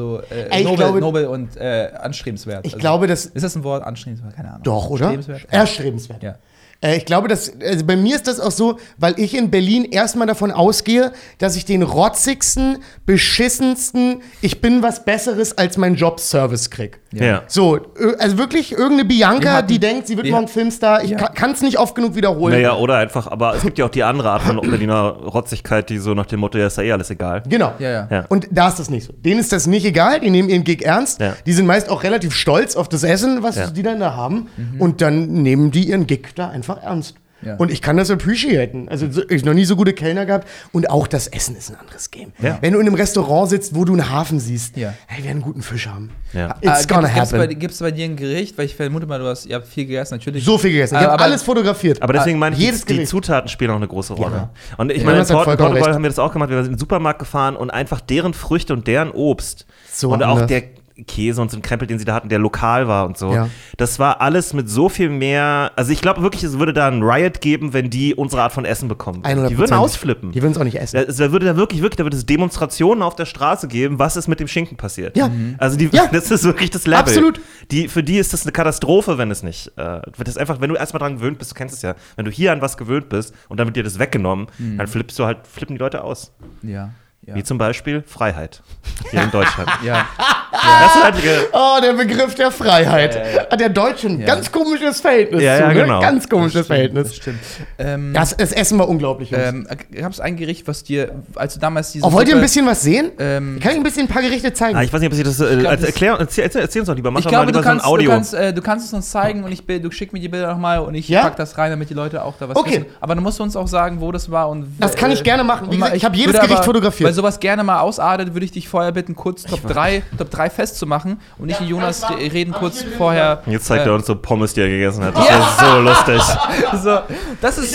nobel und anstrebenswert. Ich glaube, das Ist das ein Wort? Anstrebenswert? Keine Ahnung. Doch, oder? Erstrebenswert? Erstrebenswert. Ja. Ich glaube, also bei mir ist das auch so, weil ich in Berlin erstmal davon ausgehe, dass ich den rotzigsten, beschissensten, ich bin was Besseres als mein Job-Service krieg. Ja. So, also wirklich irgendeine Bianca, die denkt, sie wird wir- morgen Filmstar. Ich Ja. kann es nicht oft genug wiederholen. Naja, oder einfach, aber es gibt ja auch die andere Art von Berliner Rotzigkeit, die so nach dem Motto, ja, ist ja eh alles egal. Genau. Ja. Und da ist das nicht so. Denen ist das nicht egal, die nehmen ihren Gig ernst. Ja. Die sind meist auch relativ stolz auf das Essen, was Ja. die dann da haben. Und dann nehmen die ihren Gig da einfach ernst. Ja. Und ich kann das appreciaten. Also ich noch nie so gute Kellner gehabt. Und auch das Essen ist ein anderes Game. Ja. Wenn du in einem Restaurant sitzt, wo du einen Hafen siehst, Ja. hey, wir werden einen guten Fisch haben. Ja. It's gonna happen. Gibt es bei dir ein Gericht? Weil ich vermute mal, ihr habt viel gegessen, natürlich. So viel gegessen. Ich habe Aber- alles fotografiert. Aber deswegen meine ich, jedes die Gericht. Zutaten spielen auch eine große Rolle. Ja. Und ich Ja, meine, in das hat vollkommen Portugal recht. haben wir das auch gemacht. Wir sind in den Supermarkt gefahren und einfach deren Früchte und deren Obst So und auch anders. der Käse und so ein Krempel, den sie da hatten, der lokal war und so. Ja. Das war alles mit so viel mehr. Also ich glaube wirklich, es würde da einen Riot geben, wenn die unsere Art von Essen bekommen. 100%. Die würden ausflippen. Die würden es auch nicht essen. Da würde es Demonstrationen auf der Straße geben, was ist mit dem Schinken passiert. Ja. Also Ja. das ist wirklich das Level. Absolut. Für die ist das eine Katastrophe, wenn es nicht. Wenn du erstmal dran gewöhnt bist, du kennst es ja, wenn du hier an was gewöhnt bist und dann wird dir das weggenommen, dann flippen die Leute aus. Ja. Wie zum Beispiel Freiheit. Hier in Deutschland. Ja. Das ist halt, Oh, der Begriff der Freiheit. Der Deutschen, ganz komisches Verhältnis Ja, zu, ja, ne? genau. Ganz komisches Das Verhältnis. stimmt. Das Essen war unglaublich. Jungs. Gab es ein Gericht, was dir, als du damals diese Oh, wollt ihr ein Suppe- bisschen was sehen? Ähm, Kann ich ein paar Gerichte zeigen? ich weiß nicht, ob ich das. Erzähl uns doch lieber. Mach Ich doch glaube, mal du lieber so ein kannst, Audio. du kannst es uns zeigen und du schick mir die Bilder nochmal und ich Ja? pack das rein, damit die Leute auch da was Okay. wissen. Aber du musst uns auch sagen, wo das war. Und Das kann ich gerne machen. Wie und gesagt, ich habe jedes würde Gericht aber, fotografiert. Weil sowas gerne mal ausartet, würde ich dich vorher bitten, kurz Top 3 festzumachen und ich und Jonas reden kurz vorher. Jetzt zeigt er uns so Pommes, die er gegessen hat. Das ist so lustig. So, das ist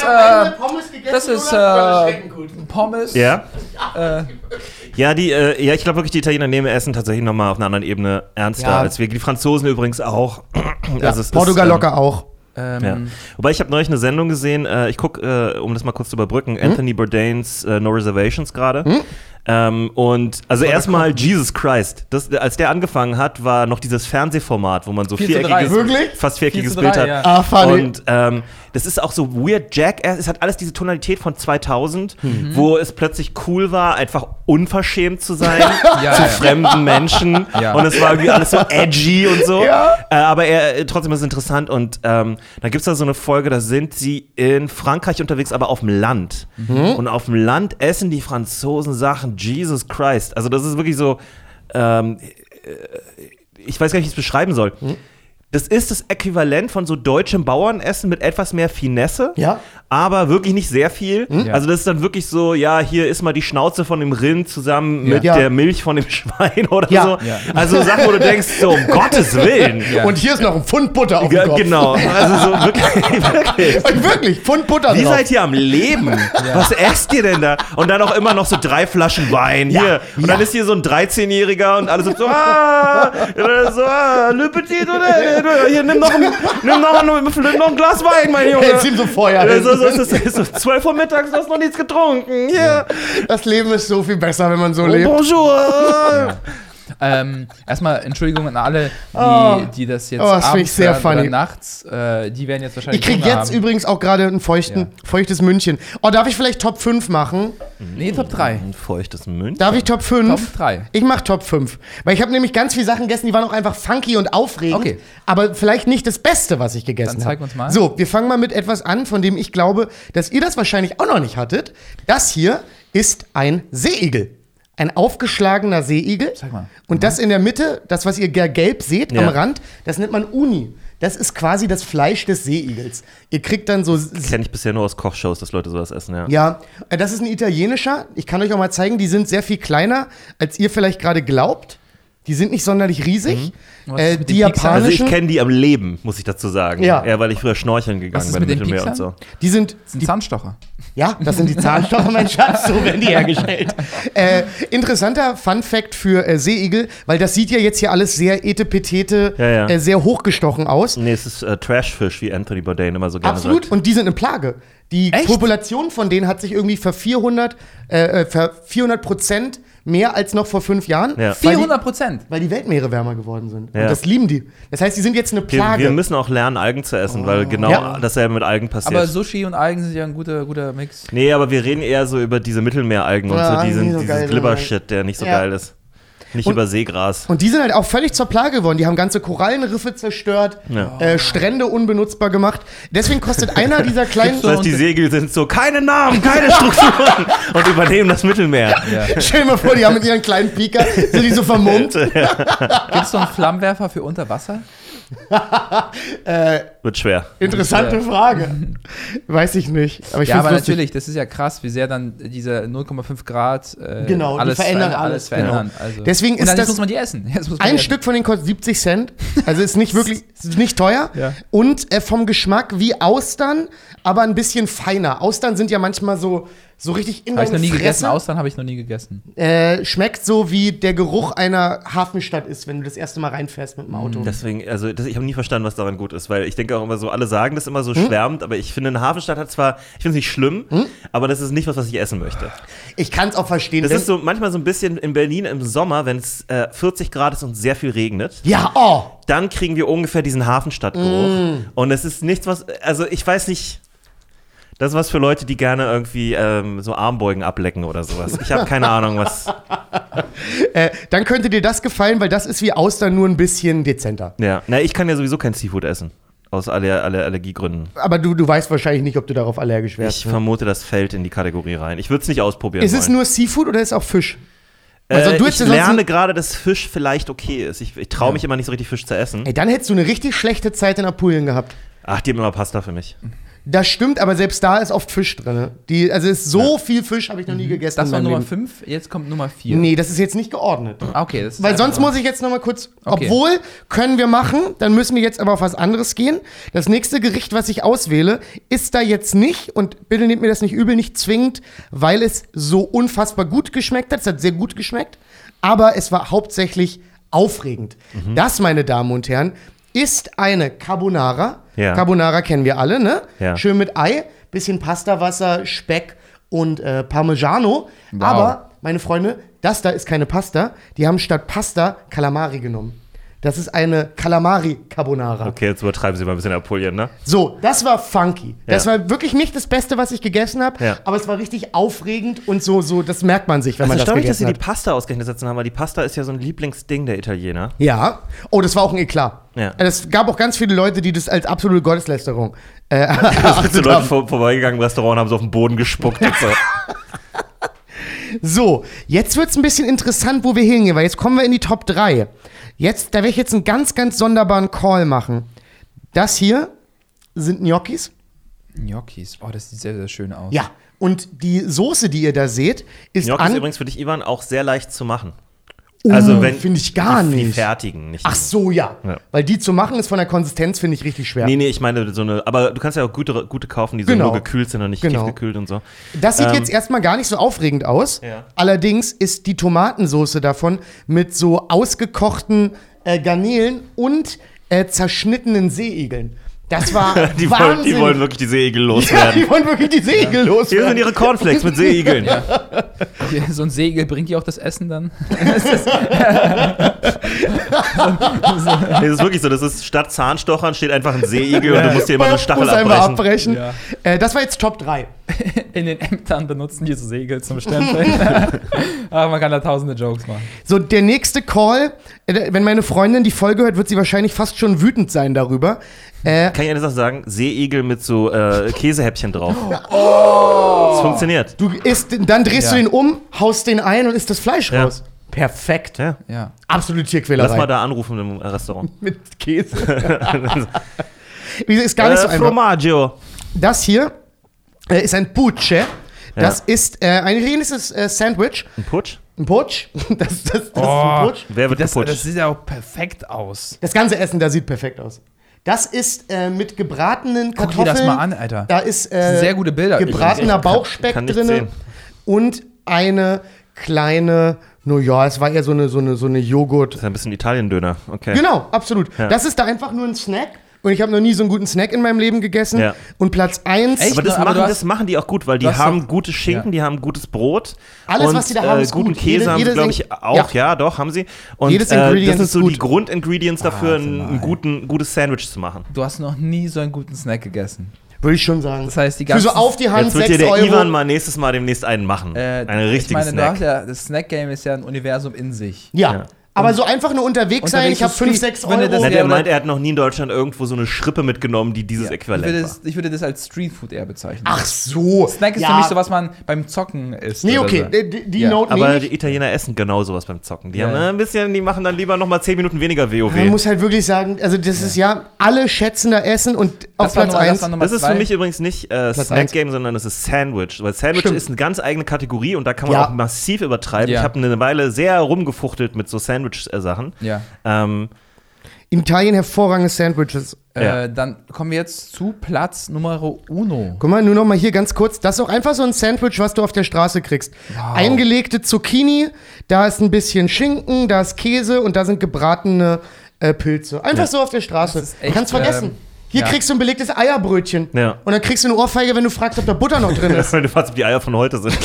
Pommes. Ja? Ja, ich glaube wirklich, die Italiener nehmen Essen tatsächlich nochmal auf einer anderen Ebene ernster Ja. als wir. Die Franzosen übrigens auch. Also es Portugal ist, locker auch. Ja. Wobei ich habe neulich eine Sendung gesehen, ich gucke, um das mal kurz zu überbrücken, Anthony Bourdains No Reservations gerade. Und also erstmal Jesus Christ. Als der angefangen hat, war noch dieses Fernsehformat, wo man so 4:3. Wirklich? fast viereckiges 4:3, Bild hat. ja. Ah, funny. Und das ist auch so weird Jackass. Es hat alles diese Tonalität von 2000, wo es plötzlich cool war, einfach unverschämt zu sein zu fremden Menschen. Ja. Und es war irgendwie alles so edgy und so. Ja. Aber trotzdem ist es interessant. Und dann gibt es da so eine Folge, da sind sie in Frankreich unterwegs, aber auf dem Land. Und auf dem Land essen die Franzosen Sachen. Jesus Christ. Also das ist wirklich so, ich weiß gar nicht, wie ich es beschreiben soll. Das ist das Äquivalent von so deutschem Bauernessen mit etwas mehr Finesse, Ja. aber wirklich nicht sehr viel. Ja. Also das ist dann wirklich so, ja, hier ist mal die Schnauze von dem Rind zusammen mit Ja. der Milch von dem Schwein oder Ja. so. Ja. Also Sachen, wo du denkst, so um Gottes Willen. Ja. Und hier ist noch ein Pfund Butter auf dem Ja, Kopf. genau. Also so wirklich. Wirklich, Pfund Butter Wie drauf. seid ihr am Leben? Was esst ihr denn da? Und dann auch immer noch so 3 Flaschen Wein. Hier. Und dann ist hier so ein 13-Jähriger und alle sind so, le petit, oder? Hier, nimm noch ein Glas Wein, mein Junge. Jetzt ihm so Feuer. Ja, so ist so 12 Uhr mittags, du hast noch nichts getrunken. Hier. Das Leben ist so viel besser, wenn man so Oh, lebt. bonjour. Erstmal Entschuldigung an alle, die das jetzt das finde ich abends sehr funny. oder nachts, die werden jetzt wahrscheinlich Ich kriege Hunger jetzt haben. übrigens auch gerade ein feuchtes München. Oh, darf ich vielleicht Top 5 machen? Nee, Top 3. Ein feuchtes München. Darf ich Top 5? Top 3. Ich mach Top 5. Weil ich habe nämlich ganz viele Sachen gegessen, die waren auch einfach funky und aufregend. Okay. Aber vielleicht nicht das Beste, was ich gegessen habe. Dann zeig uns mal. So, wir fangen mal mit etwas an, von dem ich glaube, dass ihr das wahrscheinlich auch noch nicht hattet. Das hier ist ein Seeigel. Ein aufgeschlagener Seeigel. Zeig mal. Und das in der Mitte, das, was ihr gelb seht am Rand, das nennt man Uni. Das ist quasi das Fleisch des Seeigels. Ihr kriegt dann so... Kenne ich bisher nur aus Kochshows, dass Leute sowas essen, ja. Ja, das ist ein italienischer. Ich kann euch auch mal zeigen, die sind sehr viel kleiner, als ihr vielleicht gerade glaubt. Die sind nicht sonderlich riesig. Was ist mit Die den Pixar? Also ich japanischen, kenne die am Leben, muss ich dazu sagen. Ja. Weil ich früher schnorcheln gegangen ist bin mit im den Mittelmeer und Pixar? so. die sind... Das ist ein Zahnstocher. Ja, das sind die Zahnstocher, mein Schatz, so werden die hergestellt. Interessanter Fun-Fact für Seeigel, weil das sieht ja jetzt hier alles sehr etepetete, Ja. sehr hochgestochen aus. Nee, es ist Trashfish, wie Anthony Bourdain immer so gerne Absolut, sagt. und die sind eine Plage. Die Echt? Population von denen hat sich irgendwie für 400% mehr als noch vor 5 Jahren. Ja. 400%. Weil die Weltmeere wärmer geworden sind. Ja. Und das lieben die. Das heißt, die sind jetzt eine Plage. Wir müssen auch lernen, Algen zu essen, weil genau Ja. dasselbe mit Algen passiert. Aber Sushi und Algen sind ja ein guter Mix. Nee, aber wir reden eher so über diese Mittelmeeralgen und Ja, so, nicht so dieses geil, Glibber-Shit, der nicht so Ja. geil ist. Nicht Und- über Seegras. Und die sind halt auch völlig zur Plage geworden. Die haben ganze Korallenriffe zerstört, Ja. Strände unbenutzbar gemacht. Deswegen kostet einer dieser kleinen... Das heißt, die Segel sind so, keine Namen, keine Strukturen und übernehmen das Mittelmeer. Stell dir mal vor, die haben mit ihren kleinen Pika, sind die so vermummt. Gibt es so einen Flammenwerfer für unter Wasser? Wird schwer. Interessante Frage. Weiß ich nicht. Aber ich Ja, find's aber lustig. natürlich, das ist ja krass, wie sehr dann diese 0,5 Grad Genau, die verändern alles, verändern. Also. Deswegen und ist dann das- muss man die essen. Jetzt muss man Ein die Stück von denen kostet 70 Cent. Also ist nicht wirklich, ist nicht teuer. Ja. Und vom Geschmack wie Austern, aber ein bisschen feiner. Austern sind ja manchmal so richtig in Habe ich noch deine nie gegessen. Fresse. Austern habe ich noch nie gegessen. Schmeckt so, wie der Geruch einer Hafenstadt ist, wenn du das erste Mal reinfährst mit dem Auto. Deswegen, also ich habe nie verstanden, was daran gut ist, weil ich denke auch immer so, alle sagen das immer so schwärmend, aber ich finde, eine Hafenstadt hat zwar, ich finde es nicht schlimm, aber das ist nicht was ich essen möchte. Ich kann es auch verstehen. Das wenn- ist so manchmal so ein bisschen in Berlin im Sommer, wenn es 40 Grad ist und sehr viel regnet, ja, oh. dann kriegen wir ungefähr diesen Hafenstadtgeruch. Und es ist nichts, was, also ich weiß nicht, das ist was für Leute, die gerne irgendwie so Armbeugen ablecken oder sowas. Ich habe keine Ahnung, was. Dann könnte dir das gefallen, weil das ist wie Austern nur ein bisschen dezenter. Ja, na, ich kann ja sowieso kein Seafood essen. Aus Allergiegründen. Aber du weißt wahrscheinlich nicht, ob du darauf allergisch wärst. Ich vermute, das fällt in die Kategorie rein. Ich würde es nicht ausprobieren. Ist es wollen. nur Seafood oder ist es auch Fisch? Also, du ich hättest sonst lerne gerade, dass Fisch vielleicht okay ist. Ich traue mich immer nicht so richtig, Fisch zu essen. Ey, dann hättest du eine richtig schlechte Zeit in Apulien gehabt. Ach, die haben immer Pasta für mich. Das stimmt, aber selbst da ist oft Fisch drin. Also ist so viel Fisch habe ich noch nie gegessen. Das in war meinem Nummer Leben. 5, jetzt kommt Nummer 4. Nee, das ist jetzt nicht geordnet. Okay, das ist Weil einfach sonst nur- muss ich jetzt noch mal kurz, Okay. obwohl können wir machen, dann müssen wir jetzt aber auf was anderes gehen. Das nächste Gericht, was ich auswähle, ist da jetzt nicht, und bitte nehmt mir das nicht übel, nicht zwingend, weil es so unfassbar gut geschmeckt hat. Es hat sehr gut geschmeckt, aber es war hauptsächlich aufregend. Das, meine Damen und Herren, ist eine Carbonara. Ja. Carbonara kennen wir alle, ne? Ja. Schön mit Ei, bisschen Pastawasser, Speck und Parmigiano. Wow. Aber, meine Freunde, das da ist keine Pasta. Die haben statt Pasta Calamari genommen. Das ist eine Calamari-Carbonara. Okay, jetzt übertreiben sie mal ein bisschen Apulien, ne? So, das war funky. Das Ja. war wirklich nicht das Beste, was ich gegessen habe, Ja. aber es war richtig aufregend und so, das merkt man sich, wenn Es man ist das erstaunlich, dass gegessen sie die hat. Pasta ausgerechnet setzen haben, weil die Pasta ist ja so ein Lieblingsding der Italiener. Ja. Oh, das war auch ein Eklat. Ja. Es gab auch ganz viele Leute, die das als absolute Gotteslästerung Da sind so erachtet Leute haben. vorbeigegangen im Restaurant und haben so auf den Boden gespuckt und so. So, jetzt wird es ein bisschen interessant, wo wir hingehen, weil jetzt kommen wir in die Top 3. Da werde ich jetzt einen ganz, ganz sonderbaren Call machen. Das hier sind Gnocchis. Gnocchis. Oh, das sieht sehr, sehr schön aus. Ja. Und die Soße, die ihr da seht, ist Gnocchi ist an... übrigens für dich, Ivan, auch sehr leicht zu machen. Also wenn finde ich gar die nicht. fertigen, nicht. Ach so, ja. Ja. Weil die zu machen ist von der Konsistenz, finde ich, richtig schwer. Nee, ich meine so eine, aber du kannst ja auch gute kaufen, die so Genau. nur gekühlt sind und nicht Genau. tiefgekühlt und so. Das sieht jetzt erstmal gar nicht so aufregend aus. Ja. Allerdings ist die Tomatensoße davon mit so ausgekochten Garnelen und zerschnittenen Seeigeln. Das war Die Wahnsinn. wollen wirklich die Seeigel ja, loswerden. die wollen wirklich die Seeigel Hier loswerden. sind ihre Cornflakes mit Seeigeln. So ein Segel bringt dir auch das Essen dann? Nee, das ist wirklich so, das ist statt Zahnstochern steht einfach ein Seeigel und du musst dir immer eine Stachel Muss einfach abbrechen. Ja. Das war jetzt Top 3. In den Ämtern benutzen die so Segel zum Stempeln. Aber man kann da tausende Jokes machen. So, der nächste Call, wenn meine Freundin die Folge hört, wird sie wahrscheinlich fast schon wütend sein darüber. Kann ich eine Sache sagen? Seeigel mit so Käsehäppchen drauf. Das funktioniert. Dann drehst Ja. du den um, haust den ein und isst das Fleisch Ja. raus. Perfekt. Ja. Ja. Absolute Tierquälerei. Lass mal da anrufen im Restaurant. Mit Käse. Ist gar nicht so einfach. Formaggio. Das hier ist ein Pucce. Das ist ein italienisches Sandwich. Ein Putsch? Ein Putsch. Das ist ein Putsch. Wer wird Das geputscht? sieht ja auch perfekt aus. Das ganze Essen da sieht perfekt aus. Das ist mit gebratenen Guck Kartoffeln. dir das mal an, Alter. Da ist Sehr gute Bilder. gebratener Ich Bauchspeck kann nicht drin sehen. und eine kleine, es war eher so eine Joghurt. Das ist ein bisschen Italien-Döner. Okay. Genau, absolut. Ja. Das ist da einfach nur ein Snack. Und ich habe noch nie so einen guten Snack in meinem Leben gegessen. Ja. Und Platz 1. Echt? Aber Aber das machen die auch gut, weil die hast haben doch- gute Schinken, die haben gutes Brot. Alles, und, was die da haben, ist guten gut. Käse haben sie, glaube ich, auch. Ja. Ja, doch, haben sie. Und Jedes das Ingredient sind ist so gut. die Grundingredients dafür, ein Warte gutes Sandwich zu machen. Du hast noch nie so einen guten Snack gegessen. Würde ich schon sagen. Das heißt, die Für ganzen... so auf die Hand Jetzt wird 6 dir der Euro. Ivan mal nächstes Mal demnächst einen machen. Einen richtigen ich meine, Snack. das Snack-Game ist ja ein Universum in sich. Ja. Aber so einfach nur unterwegs sein, ich habe so 5, Street- 6 wenn du Euro. das- Na, der Ja, meint, er hat noch nie in Deutschland irgendwo so eine Schrippe mitgenommen, die dieses Äquivalent war. Ich würde das als Streetfood eher bezeichnen. Ach so. Snack ist ja. für mich so, was man beim Zocken isst. Nee, oder okay. so. Die Ja. Note Aber nehme die ich. Italiener essen genau sowas beim Zocken. Die Ja. haben die machen dann lieber noch mal 10 Minuten weniger WoW. Man muss halt wirklich sagen, also das ist alle schätzen da Essen und auf Platz 1. Das ist für mich übrigens nicht Snack-Game, sondern es ist Sandwich. Weil Sandwich Stimmt. ist eine ganz eigene Kategorie und da kann man Ja. auch massiv übertreiben. Ja. Ich habe eine Weile sehr rumgefuchtelt mit so Sandwich-Sachen. Ja. In Italien hervorragende Sandwiches. Ja. Dann kommen wir jetzt zu Platz Nummer uno. Guck mal, nur noch mal hier ganz kurz. Das ist auch einfach so ein Sandwich, was du auf der Straße kriegst. Eingelegte Zucchini, da ist ein bisschen Schinken, da ist Käse und da sind gebratene Pilze. Einfach so auf der Straße. Das ist echt, Kannst vergessen. Hier ja. kriegst du ein belegtes Eierbrötchen. Ja. Und dann kriegst du eine Ohrfeige, wenn du fragst, ob da Butter noch drin ist. Weil du fragst, ob die Eier von heute sind.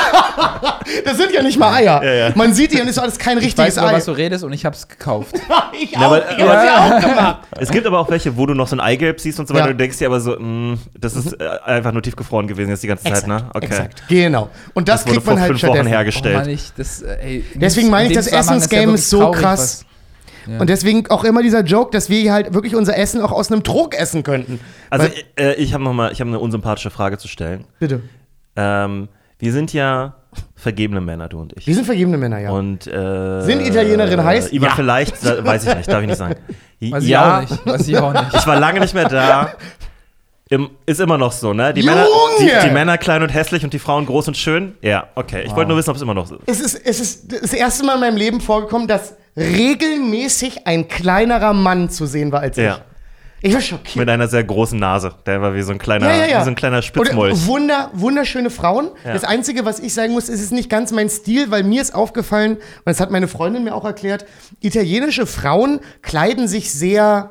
Das sind ja nicht mal Eier. Ja. Man sieht die und ist alles kein Ich richtiges weiß, über Ei. was du redest und ich hab's gekauft. Ich Ja, aber- ich hab's ja auch gemacht. Es gibt aber auch welche, wo du noch so ein Eigelb siehst und so weiter. Ja. Und du denkst dir aber so, das ist einfach nur tiefgefroren gewesen jetzt die ganze Zeit, ne? Okay. Exakt, genau. Und das Das wurde kriegt man vor halt 5 Wochen stattdessen. hergestellt. Mann, Deswegen meine ich, das Essensgame ist so krass. Ja. Und deswegen auch immer dieser Joke, dass wir halt wirklich unser Essen auch aus einem Trog essen könnten. Also Weil- ich habe eine unsympathische Frage zu stellen. Bitte. Wir sind ja vergebene Männer, du und ich. Wir sind vergebene Männer, ja. Und, Sind Italienerin heiß? Ivan, Ja. vielleicht, weiß ich nicht, darf ich nicht sagen. Weiß ich auch nicht. Weiß ich auch nicht. Ich war lange nicht mehr da. Ist immer noch so, ne? Die Junge! Männer klein und hässlich und die Frauen groß und schön? Ja, okay. Ich wollte nur wissen, ob es immer noch so ist. Es ist das erste Mal in meinem Leben vorgekommen, dass regelmäßig ein kleinerer Mann zu sehen war als Ja. ich. Ich war schockiert. Mit einer sehr großen Nase. Der war wie so ein kleiner, Ja. Wie so ein kleiner Spitzmolch. Und wunderschöne Frauen. Ja. Das Einzige, was ich sagen muss, ist, es ist nicht ganz mein Stil, weil mir ist aufgefallen, und das hat meine Freundin mir auch erklärt, italienische Frauen kleiden sich sehr,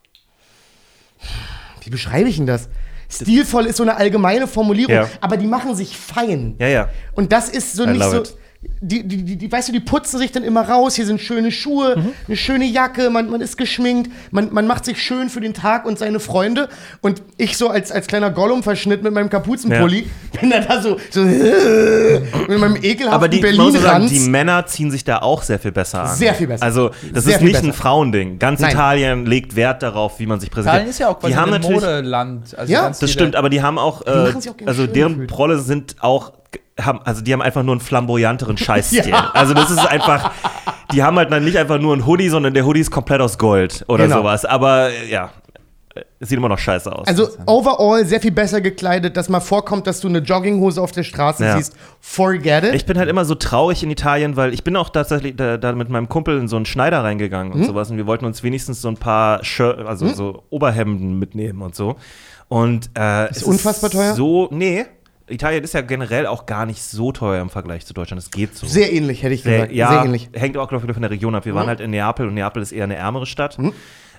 wie beschreibe ich denn das? Stilvoll ist so eine allgemeine Formulierung, Ja. aber die machen sich fein. Ja. Und das ist so I nicht love so. it. Die, weißt du, die putzen sich dann immer raus. Hier sind schöne Schuhe, eine schöne Jacke, man ist geschminkt, man macht sich schön für den Tag und seine Freunde. Und ich so als kleiner Gollum-Verschnitt mit meinem Kapuzenpulli bin da so mit meinem ekelhaften Aber man muss sagen, Berlin-Ranz. die Männer ziehen sich da auch sehr viel besser an. Sehr viel besser. Also, das Sehr ist viel nicht ein besser. Frauending. Ganz Nein. Italien legt Wert darauf, wie man sich präsentiert. Italien ist ja auch quasi die haben ein natürlich, Modeland. Also Ja, ganz das viele- stimmt, aber die haben auch, machen sich auch gerne also schön deren gefühlt. Prolle sind auch, die haben einfach nur einen flamboyanteren Scheißstil. Ja. Also das ist einfach, die haben halt dann nicht einfach nur einen Hoodie, sondern der Hoodie ist komplett aus Gold oder Genau. sowas. Aber ja, sieht immer noch scheiße aus. Also overall sehr viel besser gekleidet, dass mal vorkommt, dass du eine Jogginghose auf der Straße Ja. siehst. Forget it. Ich bin halt immer so traurig in Italien, weil ich bin auch tatsächlich da mit meinem Kumpel in so einen Schneider reingegangen und sowas und wir wollten uns wenigstens so ein paar so Oberhemden mitnehmen und so. Und es unfassbar teuer? Nee, Italien ist ja generell auch gar nicht so teuer im Vergleich zu Deutschland. Es geht so. Sehr ähnlich, hätte ich gesagt. Ja, sehr ähnlich. hängt auch, glaube ich, von der Region ab. Wir waren halt in Neapel und Neapel ist eher eine ärmere Stadt.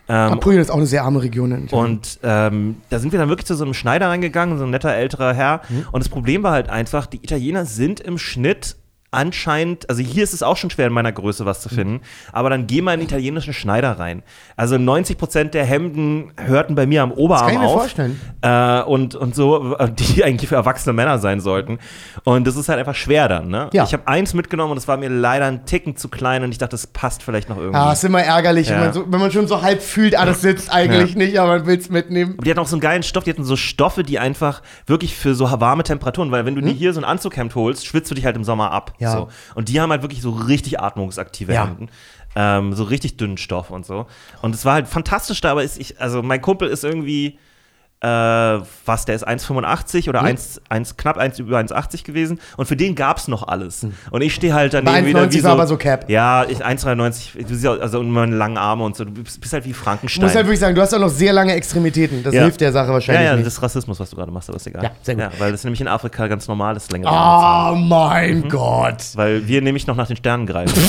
Apulien ist auch eine sehr arme Region. In Italien. Und da sind wir dann wirklich zu so einem Schneider reingegangen, so ein netter älterer Herr. Und das Problem war halt einfach, die Italiener sind im Schnitt anscheinend, also hier ist es auch schon schwer in meiner Größe was zu finden, aber dann geh mal in einen italienischen Schneider rein. Also 90% der Hemden hörten bei mir am Oberarm auf. Das kann ich mir vorstellen. Und so, die eigentlich für erwachsene Männer sein sollten. Und das ist halt einfach schwer dann, ne? Ja. Ich habe eins mitgenommen und es war mir leider ein Ticken zu klein und ich dachte, das passt vielleicht noch irgendwie. Ja, ist immer ärgerlich, Ja. wenn man schon so halb fühlt, das sitzt eigentlich nicht, aber man will es mitnehmen. Aber die hatten auch so einen geilen Stoff, die hatten so Stoffe, die einfach wirklich für so warme Temperaturen, weil wenn du dir hier so ein Anzughemd holst, schwitzt du dich halt im Sommer ab. Ja. So. Und die haben halt wirklich so richtig atmungsaktive Hemden. So richtig dünnen Stoff und so. Und es war halt fantastisch da, aber also mein Kumpel ist irgendwie, der ist 1,85 oder knapp über 1,80 gewesen und für den gab's noch alles. Und ich stehe halt daneben wieder wie 1,90 war aber so Cap. Ja, 1,93, du siehst also und meine langen Arme und so, du bist halt wie Ich Frankenstein. muss halt wirklich sagen, du hast auch noch sehr lange Extremitäten. Das hilft der Sache wahrscheinlich Ja, nicht. das ist Rassismus, was du gerade machst, aber ist egal. Ja, sehr gut. Ja, weil das nämlich in Afrika ganz normal ist, längere Arme zu haben. Oh mein Gott. Weil wir nämlich noch nach den Sternen greifen.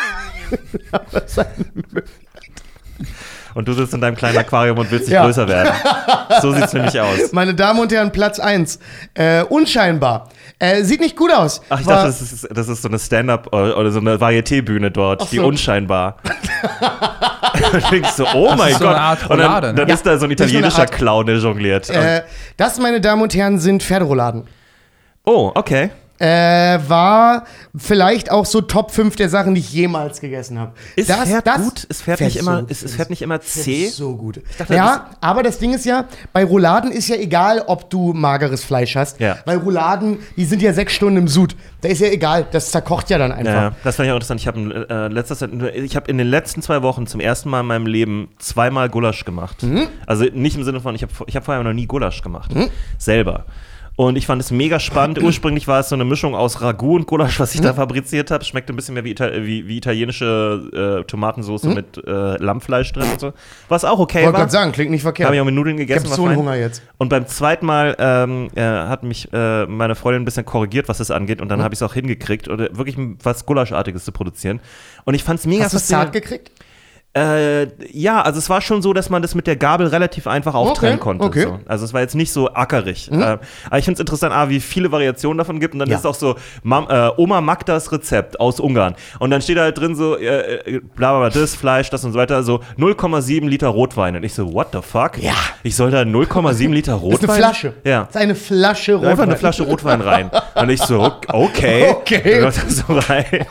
Und du sitzt in deinem kleinen Aquarium und willst nicht größer werden. So sieht's nämlich aus. Meine Damen und Herren, Platz 1. Unscheinbar. Sieht nicht gut aus. Ach, ich dachte, das ist so eine Stand-up oder so eine Varieté-Bühne dort, die so. Unscheinbar. Und denkst so, oh mein so Gott. eine Art Und dann, Roulade, ne? ist da so ein Das ist so eine italienischer Art- Clown, der jongliert. Das, meine Damen und Herren, sind Pferderouladen. Oh, okay. War vielleicht auch so Top 5 der Sachen, die ich jemals gegessen habe. Ist Pferd gut? Ist Pferd nicht immer, ist Pferd nicht immer zäh? So gut. dachte, Ja, aber das Ding ist ja, bei Rouladen ist ja egal, ob du mageres Fleisch hast. Ja. Weil Rouladen, die sind ja 6 Stunden im Sud. Da ist ja egal, das zerkocht ja dann einfach. Ja, das fand ich auch interessant. Ich habe in den letzten 2 Wochen zum ersten Mal in meinem Leben 2-mal Gulasch gemacht. Also nicht im Sinne von, ich hab vorher noch nie Gulasch gemacht. Selber. Und ich fand es mega spannend. Ursprünglich war es so eine Mischung aus Ragout und Gulasch, was ich da fabriziert habe. Schmeckte ein bisschen mehr wie italienische Tomatensauce mit Lammfleisch drin und so. Was auch okay Wollte war. gerade sagen, klingt nicht verkehrt. Habe ich auch mit Nudeln gegessen. Ich hab war so einen fein. Hunger jetzt. Und beim zweiten Mal hat mich meine Freundin ein bisschen korrigiert, was das angeht. Und dann habe ich es auch hingekriegt, oder wirklich was Gulaschartiges zu produzieren. Und ich fand es mega Hast du es zart gekriegt? Ja, also es war schon so, dass man das mit der Gabel relativ einfach auftrennen konnte. okay. So. Also es war jetzt nicht so ackerig. Aber ich finde es interessant, wie viele Variationen davon gibt. Und dann ist es auch so Oma Magdas Rezept aus Ungarn. Und dann steht da halt drin so, bla bla, das Fleisch, das und so weiter, so 0,7 Liter Rotwein. Und ich so, what the fuck? Ja. Ich soll da 0,7 Liter Rotwein? Das ist eine Flasche. Ja. Das ist eine Flasche Rotwein. Einfach eine Flasche Rotwein rein. Und ich so, okay. Okay. Und das so rein.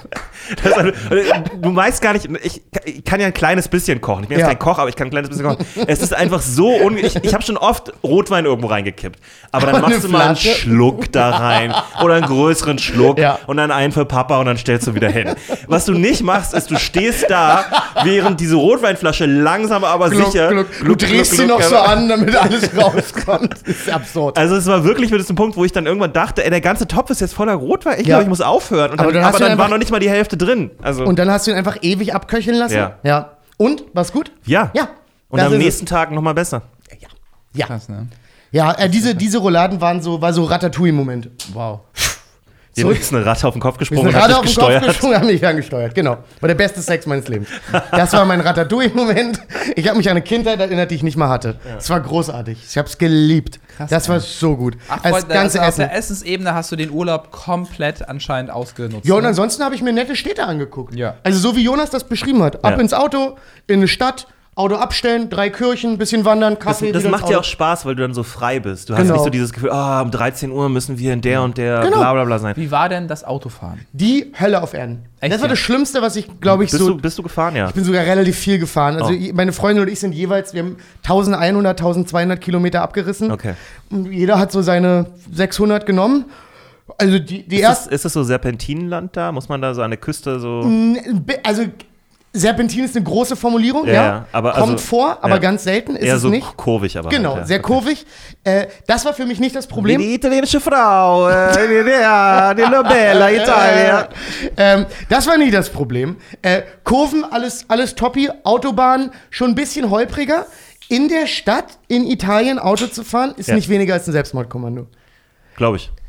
Du weißt gar nicht, ich kann ja ein kleines bisschen kochen. Ich bin jetzt kein Koch, aber ich kann ein kleines bisschen kochen. Es ist einfach so ich habe schon oft Rotwein irgendwo reingekippt. Aber dann machst du mal einen Flasche? Schluck da rein oder einen größeren Schluck und dann einen für Papa und dann stellst du wieder hin. Was du nicht machst, ist, du stehst da, während diese Rotweinflasche langsam aber sicher Du drehst sie noch so an, damit alles rauskommt. Das ist absurd. Also es war wirklich bis zum Punkt, wo ich dann irgendwann dachte, der ganze Topf ist jetzt voller Rotwein. Ich glaube, ich muss aufhören. Und Aber dann, dann hast du war einfach- noch nicht mal die Hälfte drin. Also, Und dann hast du ihn einfach ewig abköcheln lassen? Ja. Und? War's gut? ja. Ja. Und das am ist nächsten Tag nochmal besser. Ja. Krass, ne? Ja, diese Rouladen war so Ratatouille-Moment. Wow. Dir ist eine Ratte auf den Kopf Wir gesprungen sind und hat gerade dich auf den Kopf gesteuert. gesprungen, haben mich ferngesteuert. Genau. War der beste Sex meines Lebens. Das war mein Ratatouille-Moment. Ich habe mich an eine Kindheit erinnert, die ich nicht mal hatte. Es war großartig. Ich habe es geliebt. Krass, das war so gut. Ach, Das Freunde, ganze also auf Essen. der Essensebene hast du den Urlaub komplett anscheinend ausgenutzt. Ja, und ne? ansonsten habe ich mir nette Städte angeguckt. Ja. Also so wie Jonas das beschrieben hat. Ab Ja. ins Auto, in eine Stadt, Auto abstellen, 3 Kirchen, bisschen wandern, Kaffee. Das wieder macht ins ja Auto. auch Spaß, weil du dann so frei bist. Du hast Genau. nicht so dieses Gefühl, um 13 Uhr müssen wir in der und der Genau. bla bla bla sein. Wie war denn das Autofahren? Die Hölle auf Erden. Echt, Das war ja? das Schlimmste, was ich, glaube ich, Bist du gefahren, ja? Ich bin sogar relativ viel gefahren. Also meine Freundin und ich sind jeweils, wir haben 1100, 1200 Kilometer abgerissen. Okay. Und jeder hat so seine 600 genommen. Also die erste, Ist das so Serpentinenland da? Muss man da so an der Küste so... also Serpentin ist eine große Formulierung, Ja, ja. ja, aber Kommt also- vor, aber ja. ganz selten ist Eher es so nicht. kurvig, aber Genau, halt, ja. sehr Okay. kurvig. Das war für mich nicht das Problem. Die italienische Frau, die Nobella Italia. Das war nie das Problem. Kurven, alles toppi. Autobahn schon ein bisschen holpriger. In der Stadt in Italien Auto zu fahren, ist Ja. nicht weniger als ein Selbstmordkommando. Glaube ich.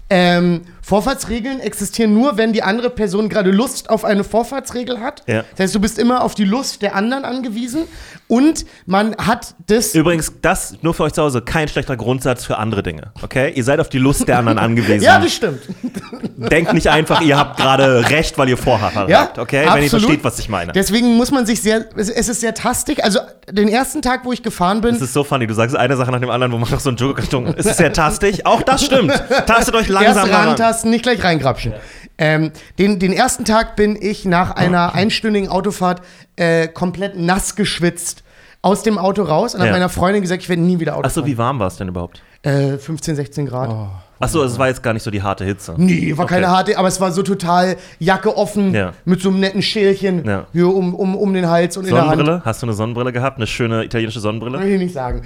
Vorfahrtsregeln existieren nur, wenn die andere Person gerade Lust auf eine Vorfahrtsregel hat. Ja. Das heißt, du bist immer auf die Lust der anderen angewiesen und man hat das... Übrigens, das nur für euch zu Hause, kein schlechter Grundsatz für andere Dinge, okay? Ihr seid auf die Lust der anderen angewiesen. Ja, das stimmt. Denkt nicht einfach, ihr habt gerade recht, weil ihr Vorhaben habt, okay? Absolut. Wenn ihr versteht, was ich meine. Deswegen muss man sich es ist sehr tastig. Also den ersten Tag, wo ich gefahren bin... Es ist so funny, du sagst eine Sache nach dem anderen, wo man noch so einen Joker gestunken. Es ist sehr tastig. Auch das stimmt. Tastet euch langsam Erst rantasten, nicht gleich reingrapschen. Den ersten Tag bin ich nach einer einstündigen Autofahrt komplett nass geschwitzt aus dem Auto raus und habe meiner Freundin gesagt, ich werde nie wieder Auto fahren. Achso, wie warm war es denn überhaupt? 15, 16 Grad. Achso, es war jetzt gar nicht so die harte Hitze. Nee, war keine harte, aber es war so total Jacke offen, mit so einem netten Schälchen hier um den Hals und in der Hand. Sonnenbrille? Hast du eine Sonnenbrille gehabt? Eine schöne italienische Sonnenbrille? Will ich nicht sagen.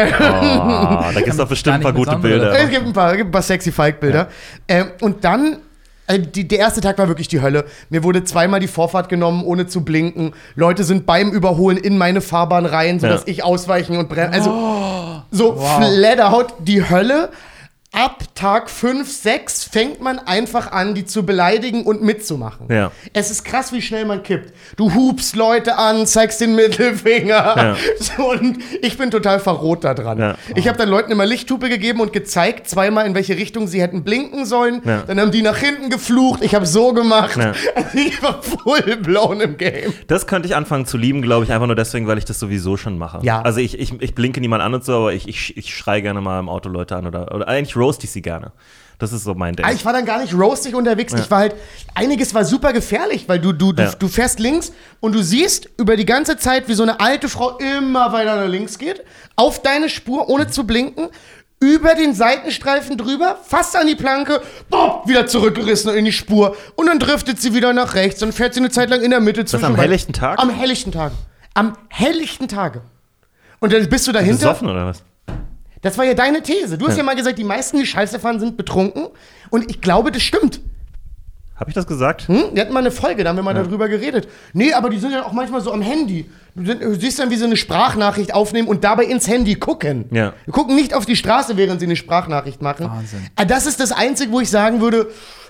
Da gibt es doch bestimmt ein paar gute Bilder. Es gibt ein paar sexy Falk-Bilder. Und dann, der erste Tag war wirklich die Hölle. Mir wurde zweimal die Vorfahrt genommen, ohne zu blinken. Leute sind beim Überholen in meine Fahrbahn rein, sodass ich ausweichen und brennen. Also flat out, die Hölle. Ab Tag 5, 6 fängt man einfach an, die zu beleidigen und mitzumachen. Ja. Es ist krass, wie schnell man kippt. Du hupst Leute an, zeigst den Mittelfinger. Ja. Und ich bin total verroht da dran. Ja. Ich habe dann Leuten immer Lichthupe gegeben und gezeigt, zweimal, in welche Richtung sie hätten blinken sollen. Ja. Dann haben die nach hinten geflucht. Ich habe so gemacht. Ja. Also ich war full blown im Game. Das könnte ich anfangen zu lieben, glaube ich, einfach nur deswegen, weil ich das sowieso schon mache. Ja. Also ich blinke niemand an und so, aber ich schreie gerne mal im Auto Leute an oder eigentlich roast ich sie gerne. Das ist so mein Ding. Ich war dann gar nicht roastig unterwegs. Ja. Ich war halt, einiges war super gefährlich, weil du fährst links und du siehst über die ganze Zeit, wie so eine alte Frau immer weiter nach links geht, auf deine Spur, ohne zu blinken, über den Seitenstreifen drüber, fast an die Planke, wieder zurückgerissen in die Spur und dann driftet sie wieder nach rechts und fährt sie eine Zeit lang in der Mitte zwischen. Das am helllichten Tag? Am helllichten Tag. Am helllichten Tage. Und dann bist du dahinter. Besoffen oder was? Das war ja deine These. Du hast ja mal gesagt, die meisten, die Scheiße fahren, sind betrunken. Und ich glaube, das stimmt. Hab ich das gesagt? Wir hatten mal eine Folge, da haben wir mal darüber geredet. Nee, aber die sind ja auch manchmal so am Handy. Du siehst dann, wie sie eine Sprachnachricht aufnehmen und dabei ins Handy gucken. Ja. Wir gucken nicht auf die Straße, während sie eine Sprachnachricht machen. Wahnsinn. Das ist das Einzige, wo ich sagen würde,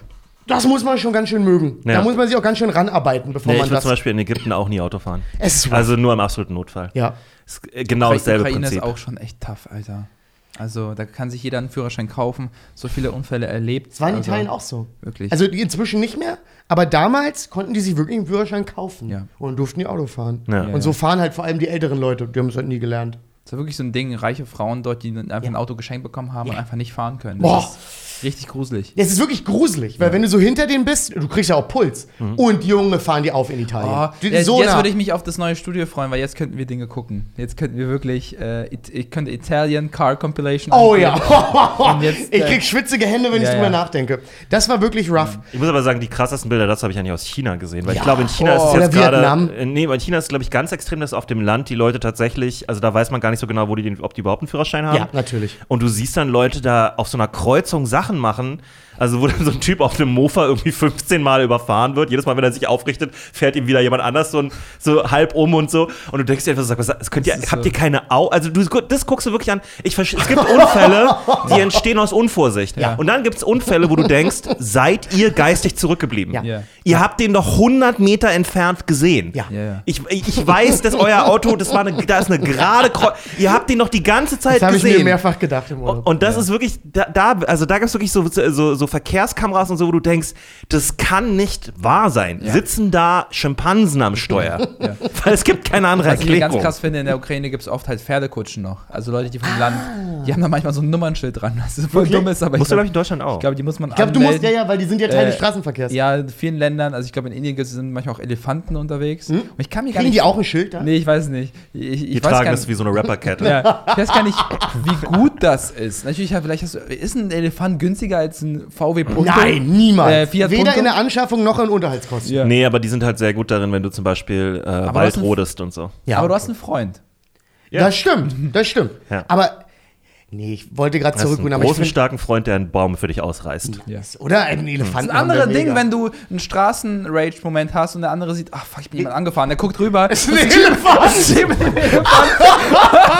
das muss man schon ganz schön mögen. Ja. Da muss man sich auch ganz schön ranarbeiten, bevor man ich würde das... zum Beispiel in Ägypten auch nie Auto fahren. Es ist also nur im absoluten Notfall. Ja. Ist genau dasselbe Ukraine Prinzip. ist auch schon echt tough, Alter. Also da kann sich jeder einen Führerschein kaufen. So viele Unfälle erlebt. Das war in Italien auch so. Wirklich. Also inzwischen nicht mehr, aber damals konnten die sich wirklich einen Führerschein kaufen. Ja. Und durften die Auto fahren. Ja. Und so fahren halt vor allem die älteren Leute. Die haben es halt nie gelernt. Das war wirklich so ein Ding, reiche Frauen dort, die einfach ein Auto geschenkt bekommen haben und einfach nicht fahren können. Boah. Das ist richtig gruselig. Es ist wirklich gruselig, weil wenn du so hinter denen bist, du kriegst ja auch Puls. Und Junge, fahren die auf in Italien. Jetzt So nah. würde ich mich auf das neue Studio freuen, weil jetzt könnten wir Dinge gucken. Jetzt könnten wir wirklich, ich könnte Italian Car Compilation Oh angehen. ja. Und jetzt, ich krieg schwitzige Hände, wenn ich drüber nachdenke. Das war wirklich rough. Ich muss aber sagen, die krassesten Bilder, das habe ich eigentlich aus China gesehen. Weil ich glaube, in China Oh. ist es Oder jetzt gerade. Vietnam. Nee, weil in China ist es, glaube ich, ganz extrem, dass auf dem Land die Leute tatsächlich, also da weiß man gar nicht so genau, ob die überhaupt einen Führerschein haben. Ja, natürlich. Und du siehst dann Leute da auf so einer Kreuzung Sachen machen. Also wo dann so ein Typ auf einem Mofa irgendwie 15 Mal überfahren wird. Jedes Mal, wenn er sich aufrichtet, fährt ihm wieder jemand anders so halb um und so. Und du denkst dir einfach so, habt ihr keine Augen? Also das guckst du wirklich an. Es gibt Unfälle, die entstehen aus Unvorsicht. Ja. Und dann gibt es Unfälle, wo du denkst, seid ihr geistig zurückgeblieben? Ja. Ja. Ihr habt den doch 100 Meter entfernt gesehen. Ja. Ja. Ich weiß, dass euer Auto, da ist eine gerade Kreuzung. Ihr habt den doch die ganze Zeit Das habe ich gesehen. mir mehrfach gedacht im Urlaub. Und das ist wirklich, da gibt es wirklich so Verkehrskameras und so, wo du denkst, das kann nicht wahr sein. Ja. Sitzen da Schimpansen am Steuer? Ja. Weil es gibt keine andere Was ich Erklärung. ganz krass finde, in der Ukraine gibt es oft halt Pferdekutschen noch. Also Leute, die vom Land, die haben da manchmal so ein Nummernschild dran. Das ist voll Wirklich? dumm ist, aber Musst du, glaube ich, in Deutschland auch. ich glaube, die muss man Ich glaube, du musst, anmelden. weil die sind ja Teil des Straßenverkehrs. Ja, in vielen Ländern, also ich glaube in Indien sind manchmal auch Elefanten unterwegs. Und ich kann mir gar Kriegen nicht. die auch ein Schild da? Nee, ich weiß nicht. Ich Die weiß tragen gar das nicht. wie so eine Rapperkette. Ja, ich weiß gar nicht, wie gut das ist. Natürlich, ist ein Elefant günstiger als ein VW Punto? Nein, niemals. Fiat Weder Punto? in der Anschaffung noch in Unterhaltskosten. Ja. Nee, aber die sind halt sehr gut darin, wenn du zum Beispiel Wald rodest und so. Ja. Aber du hast einen Freund. Ja. Das stimmt, das stimmt. Ja. Aber, nee, ich wollte gerade Du hast einen zurückholen, aber ich großen, finde, starken Freund, der einen Baum für dich ausreißt. Ja. oder ein Elefanten. Das ist ein anderes Ding, wenn du einen Straßen-Rage-Moment hast und der andere sieht, ach fuck, ich bin jemand angefahren, der guckt rüber. ein Elefant.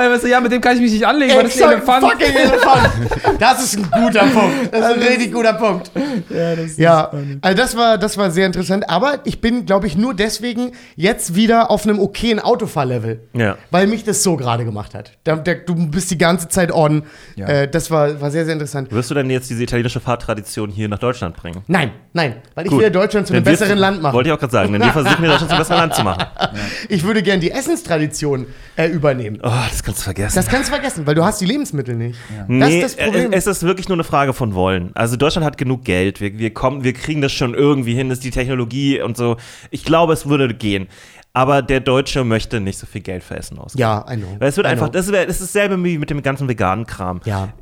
weißt du, ja, mit dem kann ich mich nicht anlegen, weil das ist ein Exakt, Elefant. fucking Elefant. Das ist ein guter Punkt. Das ist ein richtig guter Punkt. Ja, also das war sehr interessant. Aber ich bin, glaube ich, nur deswegen jetzt wieder auf einem okayen Autofahrlevel. Ja. Weil mich das so gerade gemacht hat. Du bist die ganze Zeit on. Ja. Das war sehr, sehr interessant. Wirst du denn jetzt diese italienische Fahrtradition hier nach Deutschland bringen? Nein. Weil ich Gut. will Deutschland zu einem Denn wir- besseren Land machen. Wollte ich auch gerade sagen, denn wir versuchen ja Deutschland zum besseren Land zu machen. Ich würde gern die Essenstradition übernehmen. Oh, das kannst du vergessen. Das kannst du vergessen, weil du hast die Lebensmittel nicht. Das Nee, ist das Problem. es ist wirklich nur eine Frage von Wollen. Also Deutschland hat genug Geld. Wir kriegen das schon irgendwie hin, das ist die Technologie und so. Ich glaube, es würde gehen. Aber der Deutsche möchte nicht so viel Geld für Essen ausgeben. Ja, I know. Weil es wird I einfach, know. das ist dasselbe wie mit dem ganzen veganen Kram. Ja.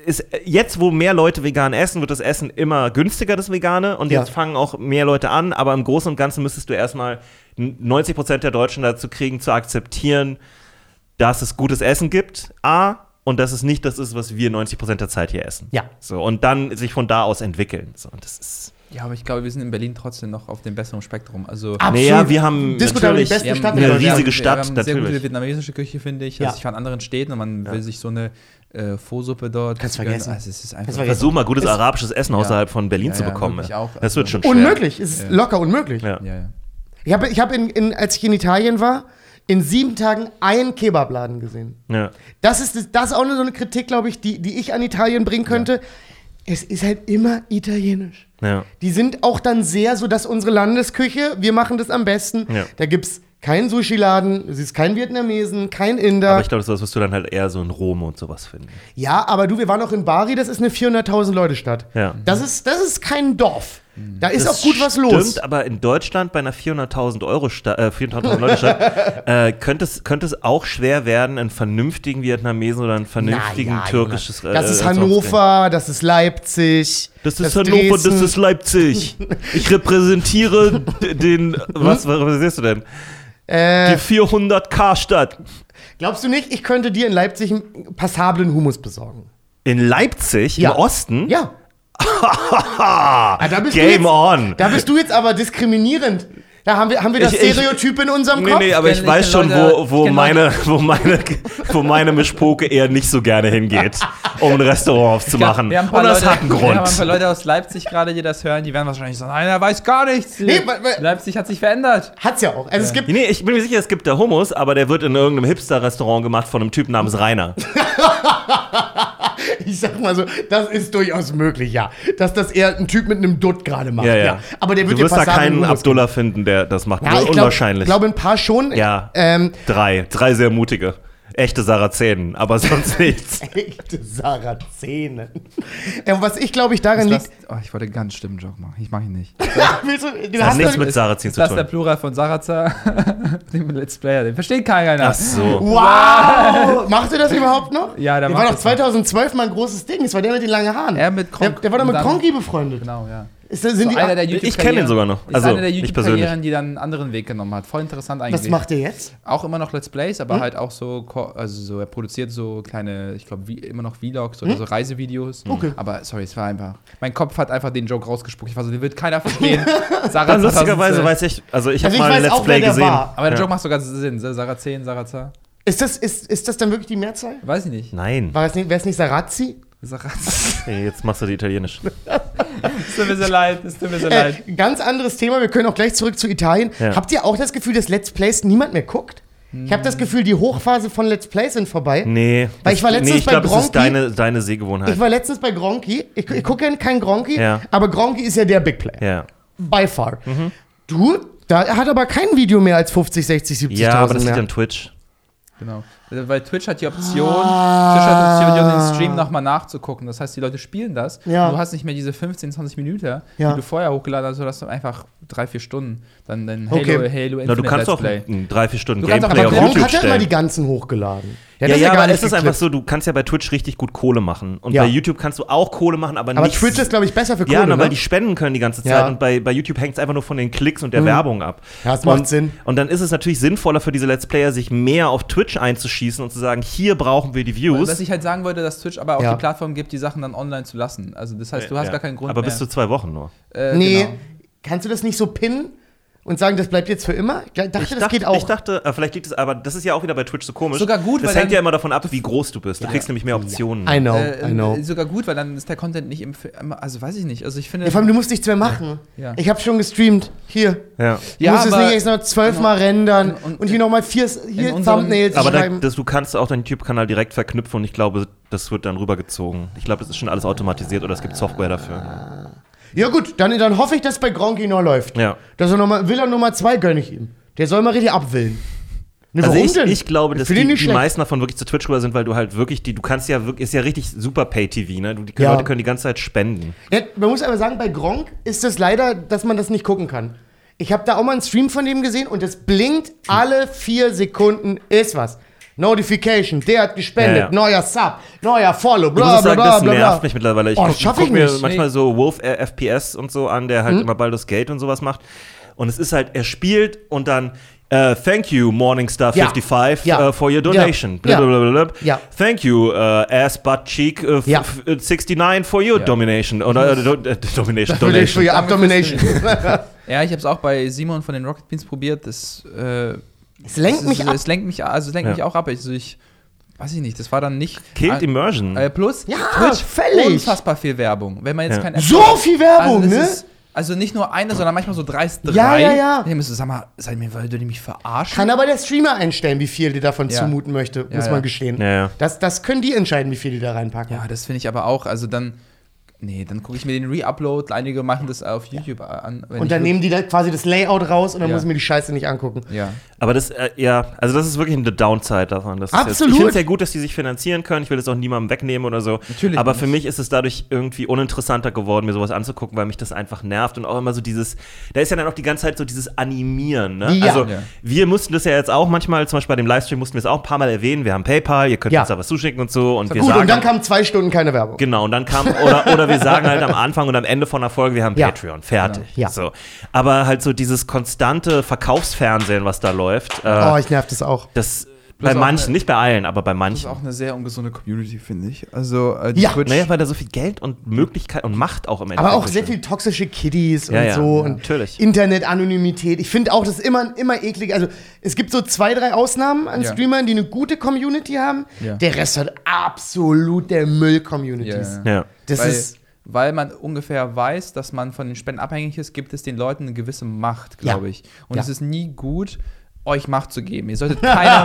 Jetzt, wo mehr Leute vegan essen, wird das Essen immer günstiger, das Vegane. Und Ja. jetzt fangen auch mehr Leute an. Aber im Großen und Ganzen müsstest du erstmal 90% der Deutschen dazu kriegen, zu akzeptieren, dass es gutes Essen gibt. Und dass es nicht das ist, was wir 90% der Zeit hier essen. Ja. So, und dann sich von da aus entwickeln. So, und das ist. Ja, aber ich glaube, wir sind in Berlin trotzdem noch auf dem besseren Spektrum. Also, Absolut. Naja, wir haben Diskutabel die natürlich beste Stadt in eine Deutschland. riesige Stadt, wir haben eine sehr gute natürlich. vietnamesische Küche, finde ich. Ja. Also ich war in anderen Städten und man will sich so eine Pho-Suppe dort. Kannst gönnen. vergessen. Also es ist einfach. Kannst vergessen. Versuch mal gutes Ist- arabisches Essen außerhalb von Berlin Ja, zu ja, bekommen. wirklich auch. Das wird Also- schon schwer. Unmöglich. Es ist locker unmöglich. Ja. Ja, ja. Ich hab als ich in Italien war, in 7 Tagen einen Kebabladen gesehen. Ja. Das ist auch so eine Kritik, glaube ich, die ich an Italien bringen könnte. Es ist halt immer italienisch. Ja. Die sind auch dann sehr so, dass unsere Landesküche, wir machen das am besten. Ja. Da gibt's keinen Sushi-Laden, du siehst keinen Vietnamesen, kein Inder. Aber ich glaube, das wirst du dann halt eher so in Rom und sowas finden. Ja, aber wir waren auch in Bari, das ist eine 400.000 Leute Stadt. Ja. Das ist kein Dorf. Da ist Das auch gut was los. Stimmt, aber in Deutschland bei einer 400.000 Leute Stadt könnte es auch schwer werden, einen vernünftigen Vietnamesen oder einen vernünftigen Na ja, türkisches Das ist Restaurant zu kriegen. Hannover, das ist Leipzig. Das ist Hannover, das Dresden. ist Leipzig. Ich repräsentiere den, was siehst du denn? Die 400k-Stadt. Glaubst du nicht, ich könnte dir in Leipzig einen passablen Hummus besorgen? In Leipzig? Ja. Im Osten? Ja. Da bist du Game jetzt, on. Da bist du jetzt aber diskriminierend. Da haben wir das Ich- Stereotyp in unserem Nee, Kopf. nee, aber ich kenn- weiß ich schon, kenn Leute- wo ich kenn meine Mischpoke eher nicht so gerne hingeht, um ein Restaurant aufzumachen. Wir haben ein paar Und das Leute, hat einen Wir haben ein Grund. paar Leute aus Leipzig gerade, die das hören, die werden wahrscheinlich sagen, nein, er weiß gar nichts. Nee, weil- Leipzig hat sich verändert. Hat's ja auch. Also es gibt Nee, ich bin mir sicher, es gibt da Hummus, aber der wird in irgendeinem Hipster-Restaurant gemacht von einem Typ namens Rainer. Ich sag mal so, das ist durchaus möglich, ja. Dass das eher ein Typ mit einem Dutt gerade macht. Ja. Aber der wird Du wirst da passablen keinen Hummus Abdullah finden, der das macht. geben. Ja, ich Unwahrscheinlich. glaube ein paar schon. Ja. Ähm, Drei sehr mutige. Echte Sarazenen, aber sonst nichts. echte Sarazenen. Was ich glaube ich daran Das, liegt. ich wollte ganz stimmen Joke machen. Ich mache ihn nicht. Willst du Das hat nichts doch- mit Sarazin Ist zu das der tun. Plural von Sarazar? Dem Let's Player, den versteht keiner. Ach so. Wow! Macht ihr das überhaupt noch? Ja, der der macht war doch das noch. 2012 mal ein großes Ding. Das war der mit den langen Haaren. Er mit Kronk. der war doch mit Und dann- Kronki befreundet. Genau, ja. Sind So die, einer der Ich kenne den sogar noch. Ist Also, eine der nicht persönlich. YouTube-Karrieren, die dann einen anderen Weg genommen hat. Voll interessant eigentlich. was macht der jetzt? Auch immer noch Let's Plays, aber halt auch so, er produziert so kleine, ich glaube, immer noch Vlogs oder so Reisevideos. Okay. Aber sorry, es war einfach, mein Kopf hat einfach den Joke rausgespuckt. Ich war so, den wird keiner verstehen. Sarah Dann lustigerweise 2012. weiß ich, also ich habe Also ich mal ein weiß Let's auch, Play wer der gesehen. war. Aber der Ja. Joke macht sogar Sinn. Sarazzen, Sarazar. Ist das dann wirklich die Mehrzahl? Weiß ich nicht. Nein. Wäre es nicht Sarazzi? Sarazar. Hey, jetzt machst du die Italienisch. Es tut mir so leid, es tut mir so leid. Ganz anderes Thema, wir können auch gleich zurück zu Italien. Ja. Habt ihr auch das Gefühl, dass Let's Plays niemand mehr guckt? Ich habe das Gefühl, die Hochphase von Let's Plays sind vorbei. Nee. Weil ich war letztens ich bei glaube, das ist Gronki. deine Sehgewohnheit. Ich war letztens bei Gronki. Ich gucke ja kein Gronki, Ja. aber Gronki ist ja der Big Player. Ja. By far. Du, da hat aber kein Video mehr als 50, 60, 70.000 Ja, aber das mehr. liegt an Twitch. Genau. Weil Twitch hat die Option, den Stream nochmal nachzugucken. Das heißt, die Leute spielen das. Ja. Und du hast nicht mehr diese 15, 20 Minuten, Ja. die du vorher hochgeladen hast, sondern hast du einfach 3-4 Stunden. Dann Halo, Okay. Halo Na, Infinite du kannst Let's auch Play. ein 3-4 Stunden Du kannst auch Gameplay auf aber Gronk YouTube hat ja immer stellen. die ganzen hochgeladen. Der Ja, hat das aber gar es nicht ist einfach geklippt. so, du kannst ja bei Twitch richtig gut Kohle machen. Und Ja. bei YouTube kannst du auch Kohle machen, aber Aber nicht. Twitch ist, glaube ich, besser für Kohle, Ja, na, weil ne? die spenden können die ganze Zeit Ja. und bei YouTube hängt es einfach nur von den Klicks und der Werbung ab. Ja, das macht und, Sinn. Und dann ist es natürlich sinnvoller für diese Let's Player, sich mehr auf Twitch einzuschießen und zu sagen, hier brauchen wir die Views. Was ich halt sagen wollte, dass Twitch aber auch Ja. die Plattform gibt, die Sachen dann online zu lassen. Also das heißt, du hast Ja. gar keinen Grund Aber mehr. bis zu 2 Wochen nur. Nee, Genau. kannst du das nicht so pinnen? und sagen, das bleibt jetzt für immer? Ich dachte, das geht auch. Ich dachte, vielleicht liegt es, aber das ist ja auch wieder bei Twitch so komisch. Sogar gut, das weil hängt ja immer davon ab, wie groß du bist. Du kriegst nämlich mehr Optionen. I know. Sogar gut, weil dann ist der Content nicht also weiß ich nicht. Also ich finde. Ja, vor allem, du musst nichts mehr machen. Ja. Ich habe schon gestreamt. Hier. Ja. Du musst es nicht jetzt noch 12-mal rendern und hier nochmal 4 Thumbnails Aber schreiben. du kannst auch deinen YouTube-Kanal direkt verknüpfen und ich glaube, das wird dann rübergezogen. Ich glaube, das ist schon alles automatisiert oder es gibt Software dafür. Ja gut, dann hoffe ich, dass bei Gronky noch läuft. Ja. Dass er Villa Nummer 2 gönne ich ihm. Der soll mal richtig abwillen. Ne, Also warum denn? ich glaube, dass find ihn die nicht schlecht. meisten davon wirklich zu Twitch rüber sind, weil du halt wirklich du kannst ja wirklich, ist ja richtig super Pay-TV, ne? Die Ja. Leute können die ganze Zeit spenden. Ja, man muss aber sagen, bei Gronk ist es leider, dass man das nicht gucken kann. Ich habe da auch mal einen Stream von dem gesehen und es blinkt alle 4 Sekunden ist was. Notification, der hat gespendet, neuer Sub, neuer Follow, Ich bla muss bla sagen, bla das bla. nervt mich mittlerweile. Das schaff ich guck mir nicht. manchmal so Wolf FPS und so an, der halt immer Baldur's Gate und sowas macht. Und es ist halt, er spielt und dann thank you, Morningstar 55, Ja. for your donation. Ja. Blablabla. Ja. Thank you, Ass Butt Cheek 69 for your domination. Oder Domination. Für your Abdomination. Ja, ich habe es auch bei Simon von den Rocket Beans probiert. Es lenkt mich ab. Es lenkt mich auch ab. Also ich weiß ich nicht, das war dann nicht. Killt Immersion. Plus Ja, Twitch, völlig. unfassbar viel Werbung. Wenn man jetzt kein So viel Werbung, also das ne? ist, also nicht nur eine, sondern manchmal so 3. Ja. Ich muss so, sag mal, wollt ihr mich verarschen? Kann aber der Streamer einstellen, wie viel der davon Ja. zumuten möchte, muss Ja. man gestehen. Ja. Das können die entscheiden, wie viel die da reinpacken. Ja, das finde ich aber auch. Also dann gucke ich mir den Re-Upload. Einige machen das auf YouTube an. Und dann nehmen die da quasi das Layout raus und dann Ja. muss ich mir die Scheiße nicht angucken. Ja. Aber das, also das ist wirklich eine Downside davon. Das Absolut. Ist ich finde es ja gut, dass die sich finanzieren können. Ich will das auch niemandem wegnehmen oder so. Natürlich Aber nicht. für mich ist es dadurch irgendwie uninteressanter geworden, mir sowas anzugucken, weil mich das einfach nervt. Und auch immer so da ist ja dann auch die ganze Zeit so dieses Animieren. Ne? Ja. Also Ja. wir mussten das ja jetzt auch manchmal, zum Beispiel bei dem Livestream mussten wir es auch ein paar Mal erwähnen. Wir haben PayPal, ihr könnt Ja. uns da was zuschicken und so. Und wir Gut, sagen und dann kamen 2 Stunden keine Werbung. Genau, und dann kam, oder wir sagen halt am Anfang und am Ende von der Folge, wir haben Ja. Patreon, fertig. Ja. So. Aber halt so dieses konstante Verkaufsfernsehen, was da läuft, Ich nerv das auch. das bei auch manchen, eine- nicht bei allen, aber bei Das ist manchen. auch eine sehr ungesunde Community, finde ich. Also die Ja. Twitch. Naja, weil da so viel Geld und Möglichkeit und Macht auch im Endeffekt Aber auch sehr ist. viel toxische Kiddies und Ja, ja. so Ja, und natürlich. Internet-Anonymität. Ich finde auch, das ist immer eklig. Also es gibt so 2, 3 Ausnahmen an Ja. Streamern, die eine gute Community haben. Ja. Der Rest hat absolut der Müll-Communities. Ja. Ja. Das ist Weil man ungefähr weiß, dass man von den Spenden abhängig ist, gibt es den Leuten eine gewisse Macht, glaube Ja. ich. Und Ja. es ist nie gut, euch Macht zu geben. Ihr solltet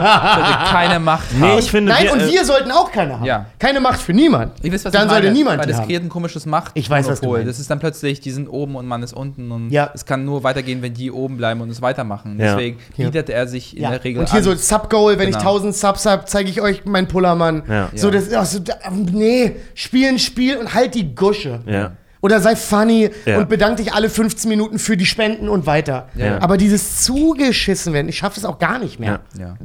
keine Macht haben. Nee, ich finde, Nein, und wir sollten auch keine haben. Ja. Keine Macht für niemand. Ihr wisst, was Dann ich meine, sollte niemand weil die das haben. kreiert ein komisches Machtmonopol. Ich weiß, was du meinst. Das ist dann plötzlich, die sind oben und man ist unten und Ja. es kann nur weitergehen, wenn die oben bleiben und es weitermachen. Ja. Deswegen bietet er sich in Ja. der Regel Und hier an. so Sub-Goal, wenn ich Genau. 1000 Subs habe, zeige ich euch meinen Pullermann. Ja. So, Ja. das ist auch so, nee, spiel ein Spiel und halt die Gusche. Ja. Oder sei funny Ja. und bedank dich alle 15 Minuten für die Spenden und weiter. Ja. Aber dieses zugeschissen werden, ich schaffe es auch gar nicht mehr. Ja.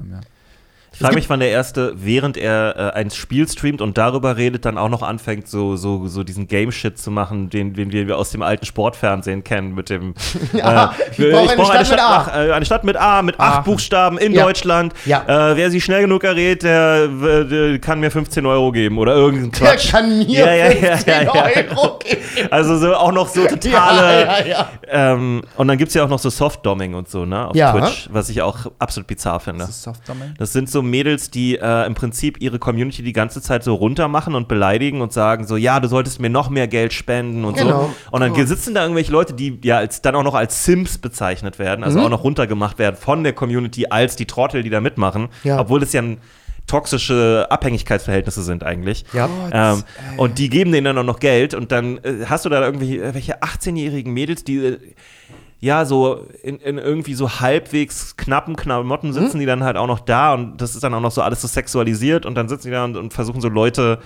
Ich frage mich, wann der Erste, während er ein Spiel streamt und darüber redet, dann auch noch anfängt, so diesen Game-Shit zu machen, den wir aus dem alten Sportfernsehen kennen, mit dem Ja, ich brauche eine Stadt mit A. Eine Stadt mit A, mit 8 Buchstaben in Ja. Deutschland. Ja. Wer sie schnell genug errät, der kann mir 15 Euro geben oder irgendein Der Quatsch. kann mir Ja. 15 Euro geben. Also so auch noch so totale. Ja. Und dann gibt es ja auch noch so Soft-Domming und so, ne, auf Ja. Twitch, was ich auch absolut bizarr finde. Das ist Softdomain. Das sind so Mädels, die im Prinzip ihre Community die ganze Zeit so runtermachen und beleidigen und sagen so, ja, du solltest mir noch mehr Geld spenden und Genau. so. Und dann sitzen da irgendwelche Leute, die ja dann auch noch als Sims bezeichnet werden, also auch noch runtergemacht werden von der Community als die Trottel, die da mitmachen, Ja. obwohl es ja toxische Abhängigkeitsverhältnisse sind eigentlich. Ja. Und die geben denen dann auch noch Geld und dann hast du da irgendwelche 18-jährigen Mädels, die ja, so in irgendwie so halbwegs knappen Klamotten sitzen die dann halt auch noch da und das ist dann auch noch so alles so sexualisiert und dann sitzen die da und versuchen so Leute,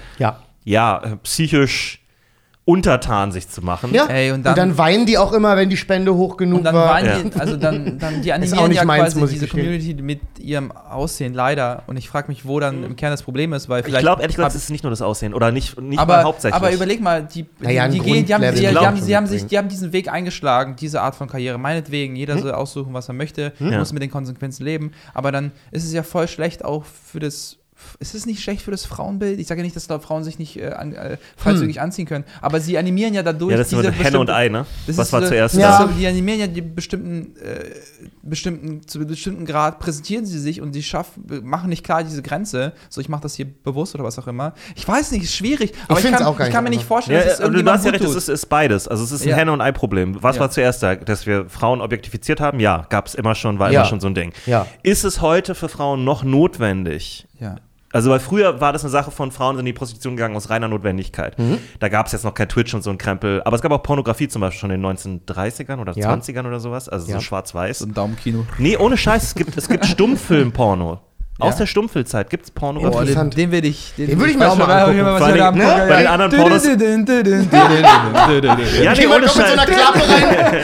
psychisch untertan sich zu machen. Ja. Ey, und dann weinen die auch immer, wenn die Spende hoch genug Und dann war. waren die, also dann die auch animieren nicht ja meins, quasi muss ich diese gestehen. Community mit ihrem Aussehen leider. Und ich frage mich, wo dann im Kern das Problem ist, weil Ich vielleicht. glaube ehrlich gesagt, es ist nicht nur das Aussehen oder nicht mal aber hauptsächlich. Aber überleg mal, die ein gehen, die haben Grundlevel. die haben diesen Weg eingeschlagen, diese Art von Karriere. Meinetwegen, jeder soll aussuchen, was er möchte, muss mit den Konsequenzen leben. Aber dann ist es ja voll schlecht auch für das ist es nicht schlecht für das Frauenbild? Ich sage ja nicht, dass Frauen sich nicht freizügig anziehen können, aber sie animieren ja dadurch das ist immer Henne und Ei, ne? Was war zuerst da? da? Die animieren ja die zu einem bestimmten Grad präsentieren sie sich und sie machen nicht klar diese Grenze. So, ich mache das hier bewusst oder was auch immer. Ich weiß nicht, ist schwierig. Aber ich kann mir nicht vorstellen, dass es du hast ja recht, tut. es ist beides. Also es ist ein Henne- und Ei-Problem. Was war zuerst da? Dass wir Frauen objektifiziert haben? Ja, gab es immer schon, war immer schon so ein Ding. Ja. Ist es heute für Frauen noch notwendig? Ja. Also, weil früher war das eine Sache von Frauen sind in die Prostitution gegangen aus reiner Notwendigkeit. Da gab es jetzt noch kein Twitch und so ein Krempel. Aber es gab auch Pornografie zum Beispiel schon in den 1930ern oder 20ern oder sowas. Also so schwarz-weiß. So ein Daumenkino. Nee, ohne Scheiß. Es gibt Stummfilm-Porno. Aus der Stummfilmzeit gibt es Pornografie. Den würde ich mir auch mal angucken. Bei den anderen Pornos. Ja, nee, ohne Mit so einer Scheiß. Klappe rein.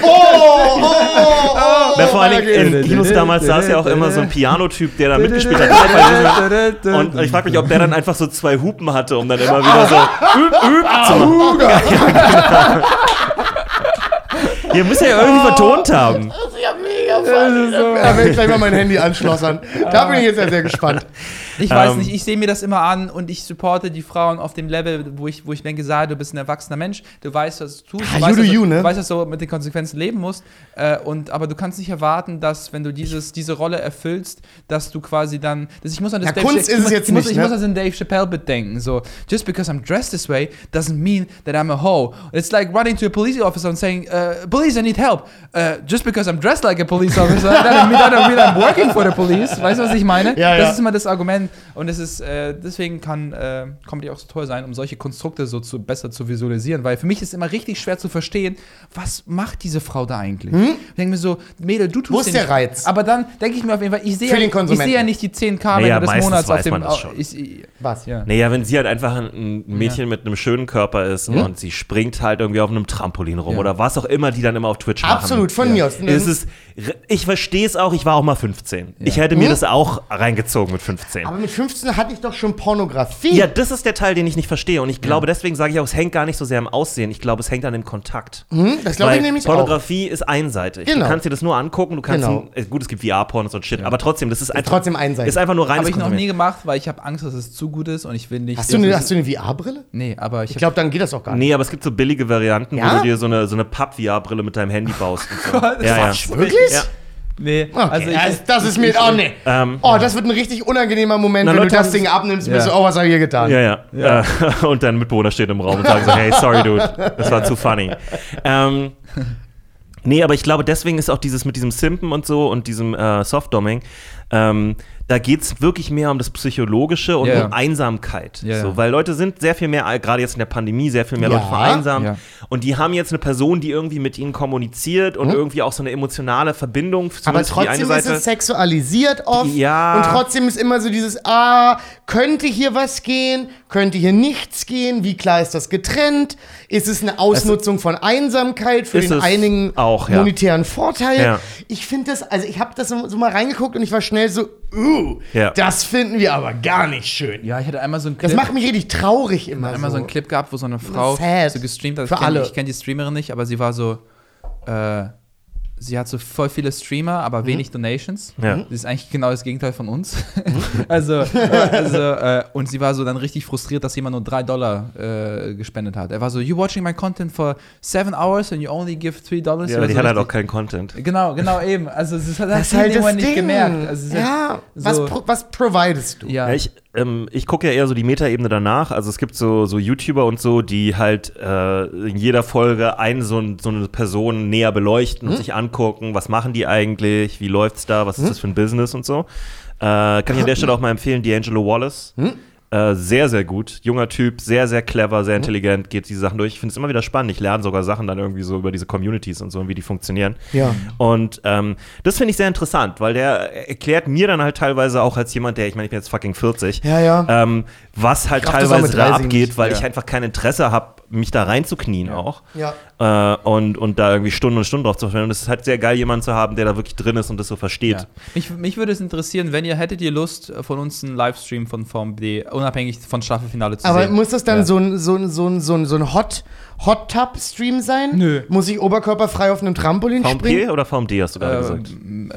Vor allem in Kinos damals saß ja auch immer so ein Piano-Typ, der da mitgespielt hat. Und ich frage mich, ob der dann einfach so 2 Hupen hatte, um dann immer wieder so zu machen. Ihr müsst ja irgendwie vertont haben. Das ist ja mega funny. Da werde ich gleich mal mein Handy anschlossern. Da bin ich jetzt ja sehr gespannt. Ich weiß nicht, ich sehe mir das immer an und ich supporte die Frauen auf dem Level, wo ich denke, du bist ein erwachsener Mensch, du weißt, was du tust, du weißt, dass du mit den Konsequenzen leben musst, aber du kannst nicht erwarten, dass, wenn du diese Rolle erfüllst, dass du quasi dann, ich muss an das Kunst ist es jetzt nicht, ich muss an den Dave Chappelle-Bit denken, so, just because I'm dressed this way doesn't mean that I'm a hoe. It's like running to a police officer and saying, police, I need help. Just because I'm dressed like a police officer, that doesn't mean I'm working for the police. Weißt du, was ich meine? Das ist immer das Argument. Und es ist, deswegen kann Comedy auch so toll sein, um solche Konstrukte so besser zu visualisieren, weil für mich ist immer richtig schwer zu verstehen, was macht diese Frau da eigentlich? Ich denke mir so, Mädel, du tust Wo ist der Reiz? Aber dann denke ich mir auf jeden Fall, ich sehe ja nicht die 10.000 des Monats auf dem. Was? Ja. Naja, wenn sie halt einfach ein Mädchen mit einem schönen Körper ist und sie springt halt irgendwie auf einem Trampolin rum oder was auch immer, die dann immer auf Twitch machen. Absolut, von mir aus. Ich verstehe es auch, ich war auch mal 15. Ich hätte mir das auch reingezogen mit 15. Aber mit 15 hatte ich doch schon Pornografie. Ja, das ist der Teil, den ich nicht verstehe. Und ich glaube, deswegen sage ich auch, es hängt gar nicht so sehr am Aussehen. Ich glaube, es hängt an dem Kontakt. Das glaube ich nämlich Pornografie ist einseitig. Genau. Du kannst dir das nur angucken, du kannst gut, es gibt VR-Porn und so ein Shit, aber trotzdem, das ist einfach trotzdem einseitig. Ist einfach nur reines Habe ich noch Konsumieren. nie gemacht, weil ich habe Angst, dass es zu gut ist und ich will nicht. Hast du eine VR-Brille? Nee, aber ich glaube, dann geht das auch gar nicht. Nee, aber es gibt so billige Varianten, wo du dir so eine Papp-VR-Brille mit deinem Handy baust. Und so. Wirklich? Ja. Nee, okay. also das ist mir. Oh, nee. Das wird ein richtig unangenehmer Moment, wenn du das Ding abnimmst und bist so, oh, was habe ich hier getan? Ja. Und dein Mitbewohner steht im Raum und sagt so, hey, sorry, dude, das war zu funny. Nee, aber ich glaube, deswegen ist auch dieses mit diesem Simpen und so und diesem Softdoming, da geht es wirklich mehr um das Psychologische und um Einsamkeit. So, weil Leute sind sehr viel mehr, gerade jetzt in der Pandemie, sehr viel mehr Leute vereinsamt. Ja. Und die haben jetzt eine Person, die irgendwie mit ihnen kommuniziert und irgendwie auch so eine emotionale Verbindung. Aber trotzdem ist es sexualisiert oft. Ja. Und trotzdem ist immer so dieses, könnte hier was gehen? Könnte hier nichts gehen? Wie klar ist das getrennt? Ist es eine Ausnutzung von Einsamkeit für den einigen monetären Vorteil? Ja. Ich finde das, also ich habe das so mal reingeguckt und ich war schnell so, das finden wir aber gar nicht schön. Ja, ich hatte einmal so einen Clip. Das macht mich richtig traurig immer. Einmal so einen Clip gehabt, wo so eine Frau so gestreamt hat. Ich kenne die Streamerin nicht, aber sie war so, sie hat so voll viele Streamer, aber wenig Donations. Ja. Das ist eigentlich genau das Gegenteil von uns. Und sie war so dann richtig frustriert, dass jemand nur $3 gespendet hat. Er war so, you watching my content for 7 hours and you only give $3? Ja, aber die hat halt auch keinen Content. Genau, eben. Also das hat das halt das nicht gemerkt. Also, was providest du? Ja, ich gucke ja eher so die Metaebene danach. Also es gibt so YouTuber und so, die halt in jeder Folge so eine Person näher beleuchten und sich angucken, was machen die eigentlich, wie läuft's da, was ist das für ein Business und so. Kann ich an der Stelle auch mal empfehlen, D'Angelo Wallace. Sehr, sehr gut. Junger Typ, sehr, sehr clever, sehr intelligent, geht diese Sachen durch. Ich finde es immer wieder spannend. Ich lerne sogar Sachen dann irgendwie so über diese Communities und so und wie die funktionieren. Ja. Und das finde ich sehr interessant, weil der erklärt mir dann halt teilweise auch als jemand, ich bin jetzt fucking 40, was halt teilweise da abgeht, weil ich einfach kein Interesse habe, mich da reinzuknien auch. Ja. Und da irgendwie Stunden und Stunden drauf zu verschwenden. Und es ist halt sehr geil, jemanden zu haben, der da wirklich drin ist und das so versteht. Ja. Mich würde es interessieren, hättet ihr Lust, von uns einen Livestream von VMD, unabhängig von Staffelfinale zu Aber sehen. muss das dann so ein Hot-Tub-Stream sein? Nö. Muss ich oberkörperfrei auf einem Trampolin VMP springen? oder VMD hast du gerade gesagt?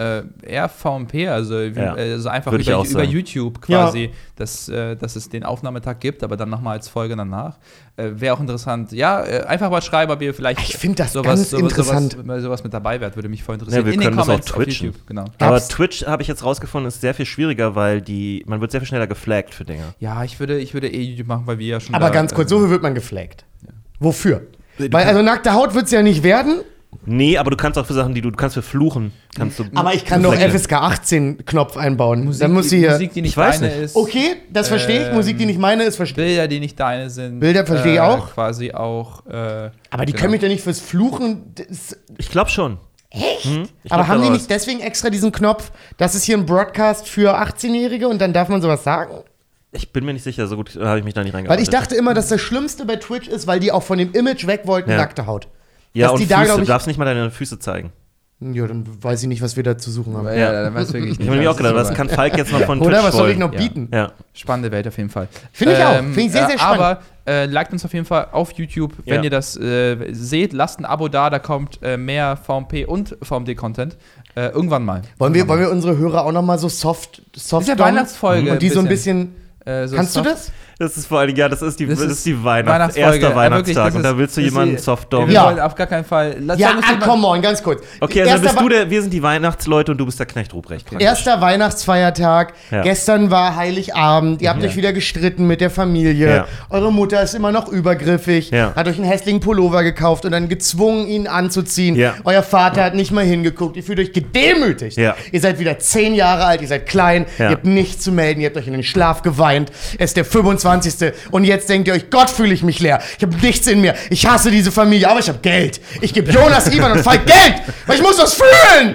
Eher VMP, also einfach Würde ich auch über sagen. YouTube quasi, dass es den Aufnahmetag gibt, aber dann nochmal als Folge danach. Wäre auch interessant. Ja, einfach mal schreiben, ob ihr vielleicht Ich finde das ganz interessant. sowas mit dabei wärt, würde mich voll interessieren. Ja, wir in den können das auch Comments auf twitchen. YouTube, genau. Aber Twitch, habe ich jetzt rausgefunden, ist sehr viel schwieriger, weil man wird sehr viel schneller geflaggt für Dinge. Ja, ich würde YouTube machen, weil wir ja schon Aber ganz kurz, so wird man geflaggt. Wofür? Weil also nackte Haut wird es ja nicht werden. Nee, aber du kannst auch für Sachen, du kannst für Fluchen. Aber ich kann doch FSK 18 Knopf einbauen. Dann muss sie Musik, die nicht Ich weiß deine nicht. ist. Okay, das verstehe ich. Musik, die nicht meine ist, verstehe ich. Bilder, die nicht deine sind. Bilder verstehe ich auch. Quasi auch. Aber die können mich doch nicht fürs Fluchen. Ich glaube schon. Echt? Ich Aber glaub, haben die da nicht deswegen extra diesen Knopf, das ist hier ein Broadcast für 18-Jährige und dann darf man sowas sagen? Ich bin mir nicht sicher, so gut habe ich mich da nicht Weil reingearbeitet. ich dachte immer, dass das Schlimmste bei Twitch ist, weil die auch von dem Image weg wollten, Ja. nackte Haut. ja, dass und die da, Füße, glaub du ich- darfst nicht mal deine Füße zeigen. Ja, dann weiß ich nicht, was wir da zu suchen haben. Ja, dann weiß wirklich nicht. Ich habe mir auch gedacht, was kann Falk jetzt noch von Twitch Oder was soll ich wollen? noch Ja. bieten? Ja. Spannende Welt auf jeden Fall. Finde ich auch. Finde ich sehr, sehr spannend. Aber liked uns auf jeden Fall auf YouTube, wenn Ja. ihr das seht. Lasst ein Abo da kommt mehr VMP und VMD-Content. Irgendwann mal. Wollen wir unsere Hörer auch noch mal so soft ist ja dom? Weihnachtsfolge Und die so ein bisschen. so Kannst du soft- das? Das ist vor allem, ja, das ist die Weihnachtsfolge. erster Ja, wirklich, Weihnachtstag. das Und da ist- willst du das ist jemanden die- Softdom. Wir Ja. wollen auf gar keinen Fall. Ja, Sag uns jemand- come on, ganz kurz. Okay, also Erster wir sind die Weihnachtsleute und du bist der Knecht Ruprecht. Erster Weihnachtsfeiertag. Ja. Gestern war Heiligabend. Ihr habt euch wieder gestritten mit der Familie. Ja. Eure Mutter ist immer noch übergriffig. Ja. Hat euch einen hässlichen Pullover gekauft und dann gezwungen, ihn anzuziehen. Ja. Euer Vater hat nicht mal hingeguckt. Ihr fühlt euch gedemütigt. Ja. Ihr seid wieder 10 Jahre alt. Ihr seid klein. Ja. Ihr habt nichts zu melden. Ihr habt euch in den Schlaf geweint. Es ist der 25. Und jetzt denkt ihr euch, Gott, fühle ich mich leer. Ich habe nichts in mir. Ich hasse diese Familie, aber ich habe Geld. Ich gebe Jonas, Ivan und Falk Geld, weil ich muss das fühlen.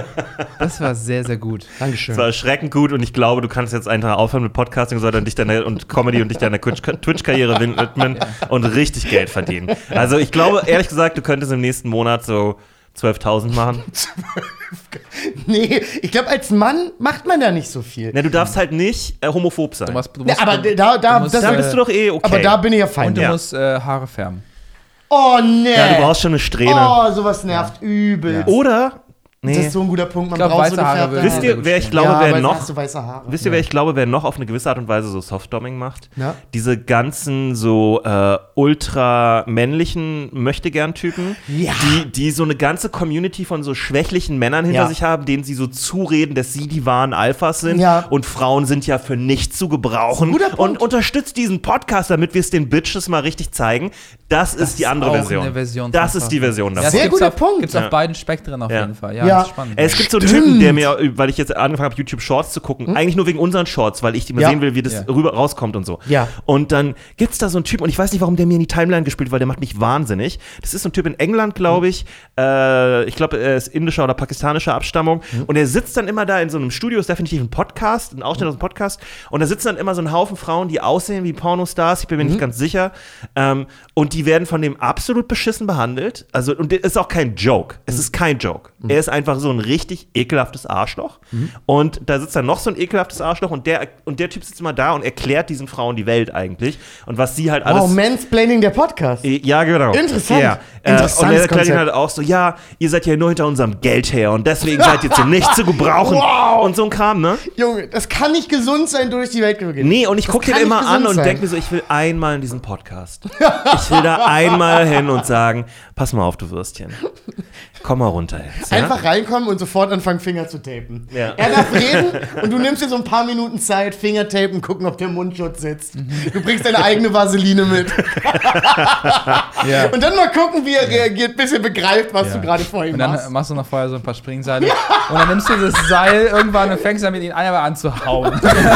Das war sehr, sehr gut. Dankeschön. Das war erschreckend gut und ich glaube, du kannst jetzt einfach aufhören mit Podcasting, sondern und Comedy und dich deiner Twitch-Karriere widmen und richtig Geld verdienen. Also ich glaube, ehrlich gesagt, du könntest im nächsten Monat so 12.000 machen. Nee, ich glaube, als Mann macht man da nicht so viel. Ne, du darfst halt nicht homophob sein. Du musst, Ja, aber da, musst, das, Dann bist du doch eh okay. aber da bin ich ja fein. und du Ja. musst Haare färben. Oh, nee. ja, du brauchst schon eine Strähne. Oh, sowas nervt übel. Oder, Das nee, ist so ein guter Punkt. Man Ich glaub, braucht so weiße Haare gefärbte würden- wisst ihr, wer ich glaube, ja, wer aber noch... hast du weiße Haare. Wisst ihr, wer ich glaube, wer noch auf eine gewisse Art und Weise so Softdoming macht? Ja. Diese ganzen so ultra männlichen Möchtegern-Typen, Ja. die so eine ganze Community von so schwächlichen Männern hinter Ja. sich haben, denen sie so zureden, dass sie die wahren Alphas sind Ja. und Frauen sind ja für nichts zu gebrauchen. Guter Punkt. Und unterstützt diesen Podcast, damit wir es den Bitches mal richtig zeigen. Das ist die andere auch Version. eine Version Das von ist die Version Ja, davon. Sehr gibt's guter auf, Punkt. Gibt's Ja. auf beiden Spektren auf Ja. jeden Fall. Ja. Das ist spannend. Es gibt so einen Stimmt. Typen, der mir, weil ich jetzt angefangen habe, YouTube Shorts zu gucken, eigentlich nur wegen unseren Shorts, weil ich immer Ja. sehen will, wie das Ja. rüber rauskommt und so. Ja. Und dann gibt's da so einen Typen, und ich weiß nicht, warum der mir in die Timeline gespielt, weil der macht mich wahnsinnig. Das ist so ein Typ in England, glaube ich. Ich glaube, er ist indischer oder pakistanischer Abstammung. Und er sitzt dann immer da in so einem Studio, ist definitiv ein Podcast, ein Ausschnitt aus einem Podcast. Und da sitzen dann immer so ein Haufen Frauen, die aussehen wie Pornostars, ich bin mir nicht ganz sicher. Und die werden von dem absolut beschissen behandelt. Also, und das ist auch kein Joke. Es ist kein Joke. Er ist einfach so ein richtig ekelhaftes Arschloch. Und da sitzt dann noch so ein ekelhaftes Arschloch und der Typ sitzt immer da und erklärt diesen Frauen die Welt eigentlich. Und was sie halt alles. Wow, Mansplaining der Podcast. Ja, genau. Interessant. Ja. Interessantes Und er erklärt Konzept. ihnen halt auch so, ja, ihr seid ja nur hinter unserem Geld her und deswegen seid ihr zu nichts zu gebrauchen. Wow. Und so ein Kram, ne? Junge, das kann nicht gesund sein, durch die Welt zu gehen. Nee, und ich Das gucke den kann immer nicht an gesund und sein. denke mir so, ich will einmal in diesen Podcast. Ich will da einmal hin und sagen, pass mal auf, du Würstchen. Komm mal runter jetzt. Ja? Einfach reinkommen und sofort anfangen, Finger zu tapen. Ja. Er darf reden und du nimmst dir so ein paar Minuten Zeit, Finger tapen, gucken, ob der Mundschutz sitzt. Du bringst deine eigene Vaseline mit. Ja. Und dann mal gucken, wie er reagiert, bis er begreift, was Ja. du gerade vor ihm Und dann machst. machst du noch vorher so ein paar Springseile. Und dann nimmst du das Seil irgendwann und fängst damit ihn einmal an zu hauen.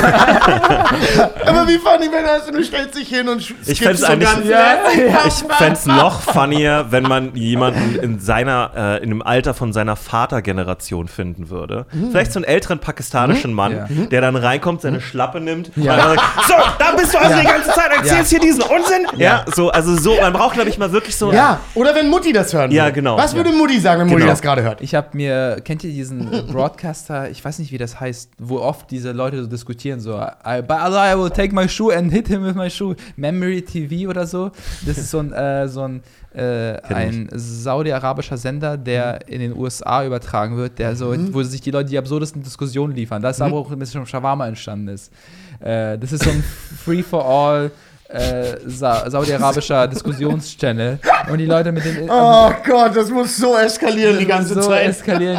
Aber wie funny wäre das, und du stellst dich hin und Ich fänd's eigentlich- Ich fänd's noch funnier, wenn man jemanden in dem Alter von seiner Vatergeneration finden würde. Vielleicht so einen älteren pakistanischen Mann, der dann reinkommt, seine Schlappe nimmt und dann sagt, so, da bist du also die ganze Zeit, erzählst hier diesen Unsinn. Ja, so, also so, man braucht, glaube ich, mal wirklich so. Ja, oder wenn Mutti das hören würde. Ja, genau. Was würde Mutti sagen, wenn Mutti das gerade hört? Ich habe mir, kennt ihr diesen Broadcaster, ich weiß nicht, wie das heißt, wo oft diese Leute so diskutieren, so, I will take my shoe and hit him with my shoe. Memory TV oder so. Das ist so ein saudi-arabischer Sender, der in den USA übertragen wird, der so, wo sich die Leute die absurdesten Diskussionen liefern. Das ist aber auch ein bisschen Shawarma entstanden ist. Das ist so ein Free-for-all saudi-arabischer Diskussionschannel und die Leute mit den Oh Gott, das muss so eskalieren die ganze Zeit.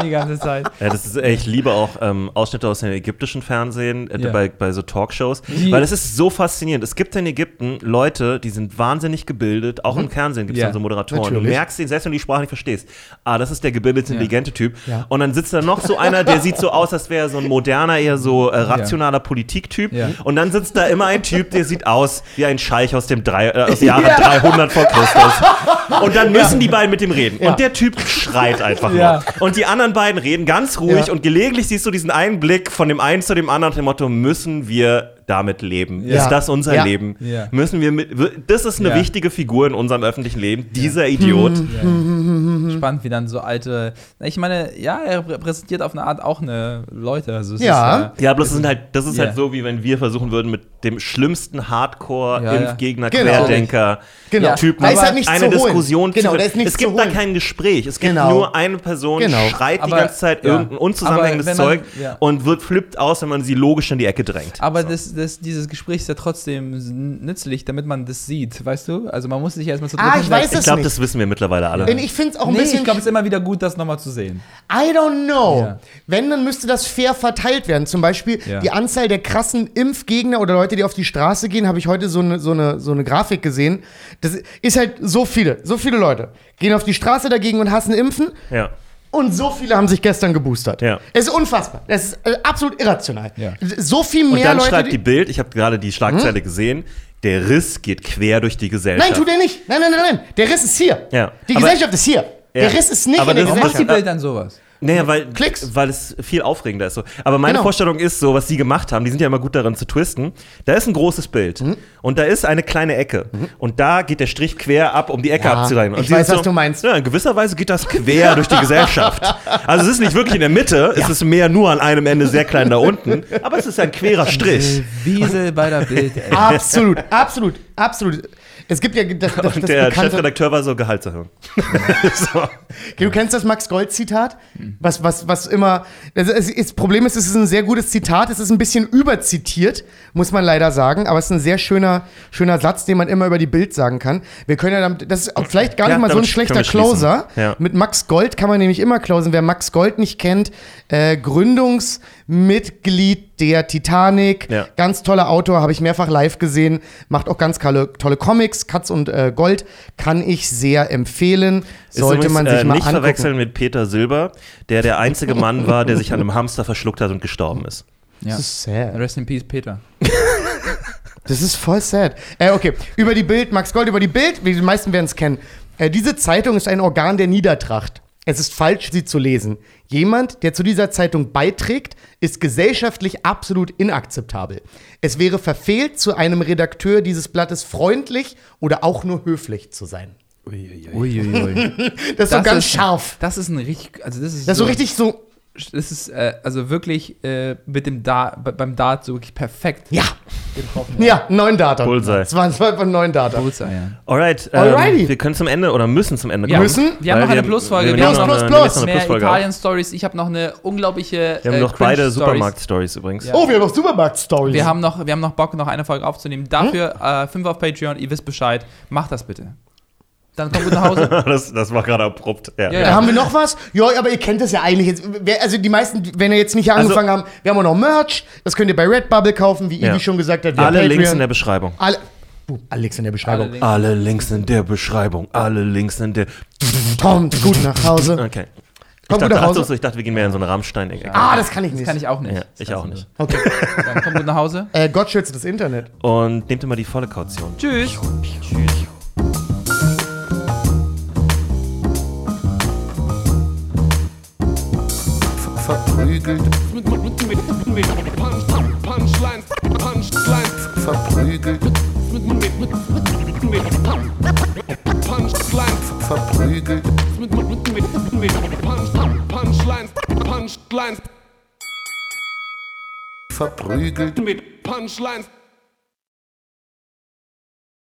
Ja, das ist, ich liebe auch Ausschnitte aus dem ägyptischen Fernsehen, bei so Talkshows, weil es ist so faszinierend. Es gibt in Ägypten Leute, die sind wahnsinnig gebildet, auch im Fernsehen gibt es dann so Moderatoren. Natürlich. Du merkst ihn, selbst wenn du die Sprache nicht verstehst, das ist der gebildete, intelligente Typ. Ja. Und dann sitzt da noch so einer, der sieht so aus, als wäre er so ein moderner, eher so rationaler Politiktyp. Ja. Und dann sitzt da immer ein Typ, der sieht aus wie ein Scheich aus dem aus Jahre 300 vor Christus. Und dann müssen die beiden mit dem reden. Und der Typ schreit einfach nur. Und die anderen beiden reden ganz ruhig und gelegentlich siehst du diesen einen Blick von dem einen zu dem anderen nach dem Motto, müssen wir damit leben? Ist das unser Leben? Ja. Müssen wir das ist eine wichtige Figur in unserem öffentlichen Leben, dieser Idiot. Spannend, wie dann so alte, ich meine, er repräsentiert auf eine Art auch eine Leute. Also bloß das ist halt so, wie wenn wir versuchen würden, mit dem schlimmsten Hardcore-Impfgegner, Querdenker, Typen eine Diskussion zu führen. Es gibt da kein Gespräch. Es gibt nur eine Person, schreit die ganze Zeit irgendein unzusammenhängendes Zeug und flippt aus, wenn man sie logisch in die Ecke drängt. Aber dieses Gespräch ist ja trotzdem nützlich, damit man das sieht, weißt du? Also man muss sich erstmal so ich glaube, das wissen wir mittlerweile alle. Ich finde es auch ein bisschen. Ich glaube, es ist immer wieder gut, das nochmal zu sehen. I don't know. Ja. Wenn, dann müsste das fair verteilt werden. Zum Beispiel die Anzahl der krassen Impfgegner oder Leute, die auf die Straße gehen, habe ich heute so eine Grafik gesehen. Das ist halt so viele Leute gehen auf die Straße dagegen und hassen Impfen. Ja. Und so viele haben sich gestern geboostert. Ja. Es ist unfassbar. Es ist absolut irrational. Ja. So viel mehr und dann Leute. Schreibt die Bild, ich habe gerade die Schlagzeile gesehen, der Riss geht quer durch die Gesellschaft. Nein, tut er nicht. Nein. Der Riss ist hier. Ja. Die Gesellschaft ist hier. Der Riss ist nicht in der Gesellschaft. Warum macht die Bild dann sowas? Naja, weil es viel aufregender ist. So. Aber meine Vorstellung ist so, was sie gemacht haben, die sind ja immer gut darin zu twisten. Da ist ein großes Bild und da ist eine kleine Ecke und da geht der Strich quer ab, um die Ecke abzureißen. Ich weiß, was du meinst. Ja, in gewisser Weise geht das quer durch die Gesellschaft. Also es ist nicht wirklich in der Mitte, es ist mehr nur an einem Ende sehr klein da unten, aber es ist ein querer Strich. Wiesel bei der Bild, ey. Absolut. Es gibt ja das der Chefredakteur war so Gehaltserhöhung. So. Du kennst das Max-Gold-Zitat? Was immer. Das Problem ist, es ist ein sehr gutes Zitat. Es ist ein bisschen überzitiert, muss man leider sagen. Aber es ist ein sehr schöner Satz, den man immer über die Bild sagen kann. Wir können ja das ist vielleicht gar nicht mal so ein schlechter Closer. Ja. Mit Max Gold kann man nämlich immer closen. Wer Max Gold nicht kennt, Gründungsmitglied der Titanic, ganz toller Autor, habe ich mehrfach live gesehen, macht auch ganz tolle Comics, Katz und Gold, kann ich sehr empfehlen, sollte man sich mal nicht angucken. Verwechseln mit Peter Silber, der einzige Mann war, der sich an einem Hamster verschluckt hat und gestorben ist. Ja. Das ist sad. Rest in peace, Peter. Das ist voll sad. Okay, über die Bild, Max Gold, über die Bild, wie die meisten werden es kennen. Diese Zeitung ist ein Organ der Niedertracht. Es ist falsch, sie zu lesen. Jemand, der zu dieser Zeitung beiträgt, ist gesellschaftlich absolut inakzeptabel. Es wäre verfehlt, zu einem Redakteur dieses Blattes freundlich oder auch nur höflich zu sein. Uiuiui. Das ist so ganz scharf. Das ist ein richtig, also das ist so richtig so. Das ist also wirklich mit dem beim Dart so wirklich perfekt getroffen. Ja, 9 Data. Bullseye. Es waren 9 Data. Bullseye, ja. Alright, wir können zum Ende oder müssen zum Ende kommen. Wir haben noch eine Plusfolge. Wir haben noch mehr Italien-Stories. Ich habe noch eine unglaubliche Wir haben noch beide Supermarkt-Stories übrigens. Ja. Oh, wir haben noch Supermarkt-Stories. Wir haben noch Bock, noch eine Folge aufzunehmen. Dafür 5 auf Patreon. Ihr wisst Bescheid. Macht das bitte. Dann kommt gut nach Hause. Das war gerade abrupt. Ja. Haben wir noch was? Ja, aber ihr kennt das ja eigentlich jetzt. Also die meisten, wenn ihr jetzt nicht hier angefangen haben, wir haben auch noch Merch. Das könnt ihr bei Redbubble kaufen, wie Ivi schon gesagt hat. Alle Links in der Beschreibung. Alle Links in der Beschreibung. Alle Links in der Beschreibung. Alle Links in der... Kommt gut nach Hause. Okay. Kommt gut nach Hause. Ich dachte, wir gehen mehr in so eine Rammstein-Ecke. Das kann ich nicht. Das kann ich auch nicht. Ja, ich auch nicht. Okay. Dann kommt gut nach Hause. Gott schütze das Internet. Und nehmt immer die volle Kaution. Tschüss. Tschüss. verprügelt, Punchlines, Punchlines, verprügelt, Punchlines, verprügelt, Punchlines, Punchlines, verprügelt. mit Punchlines.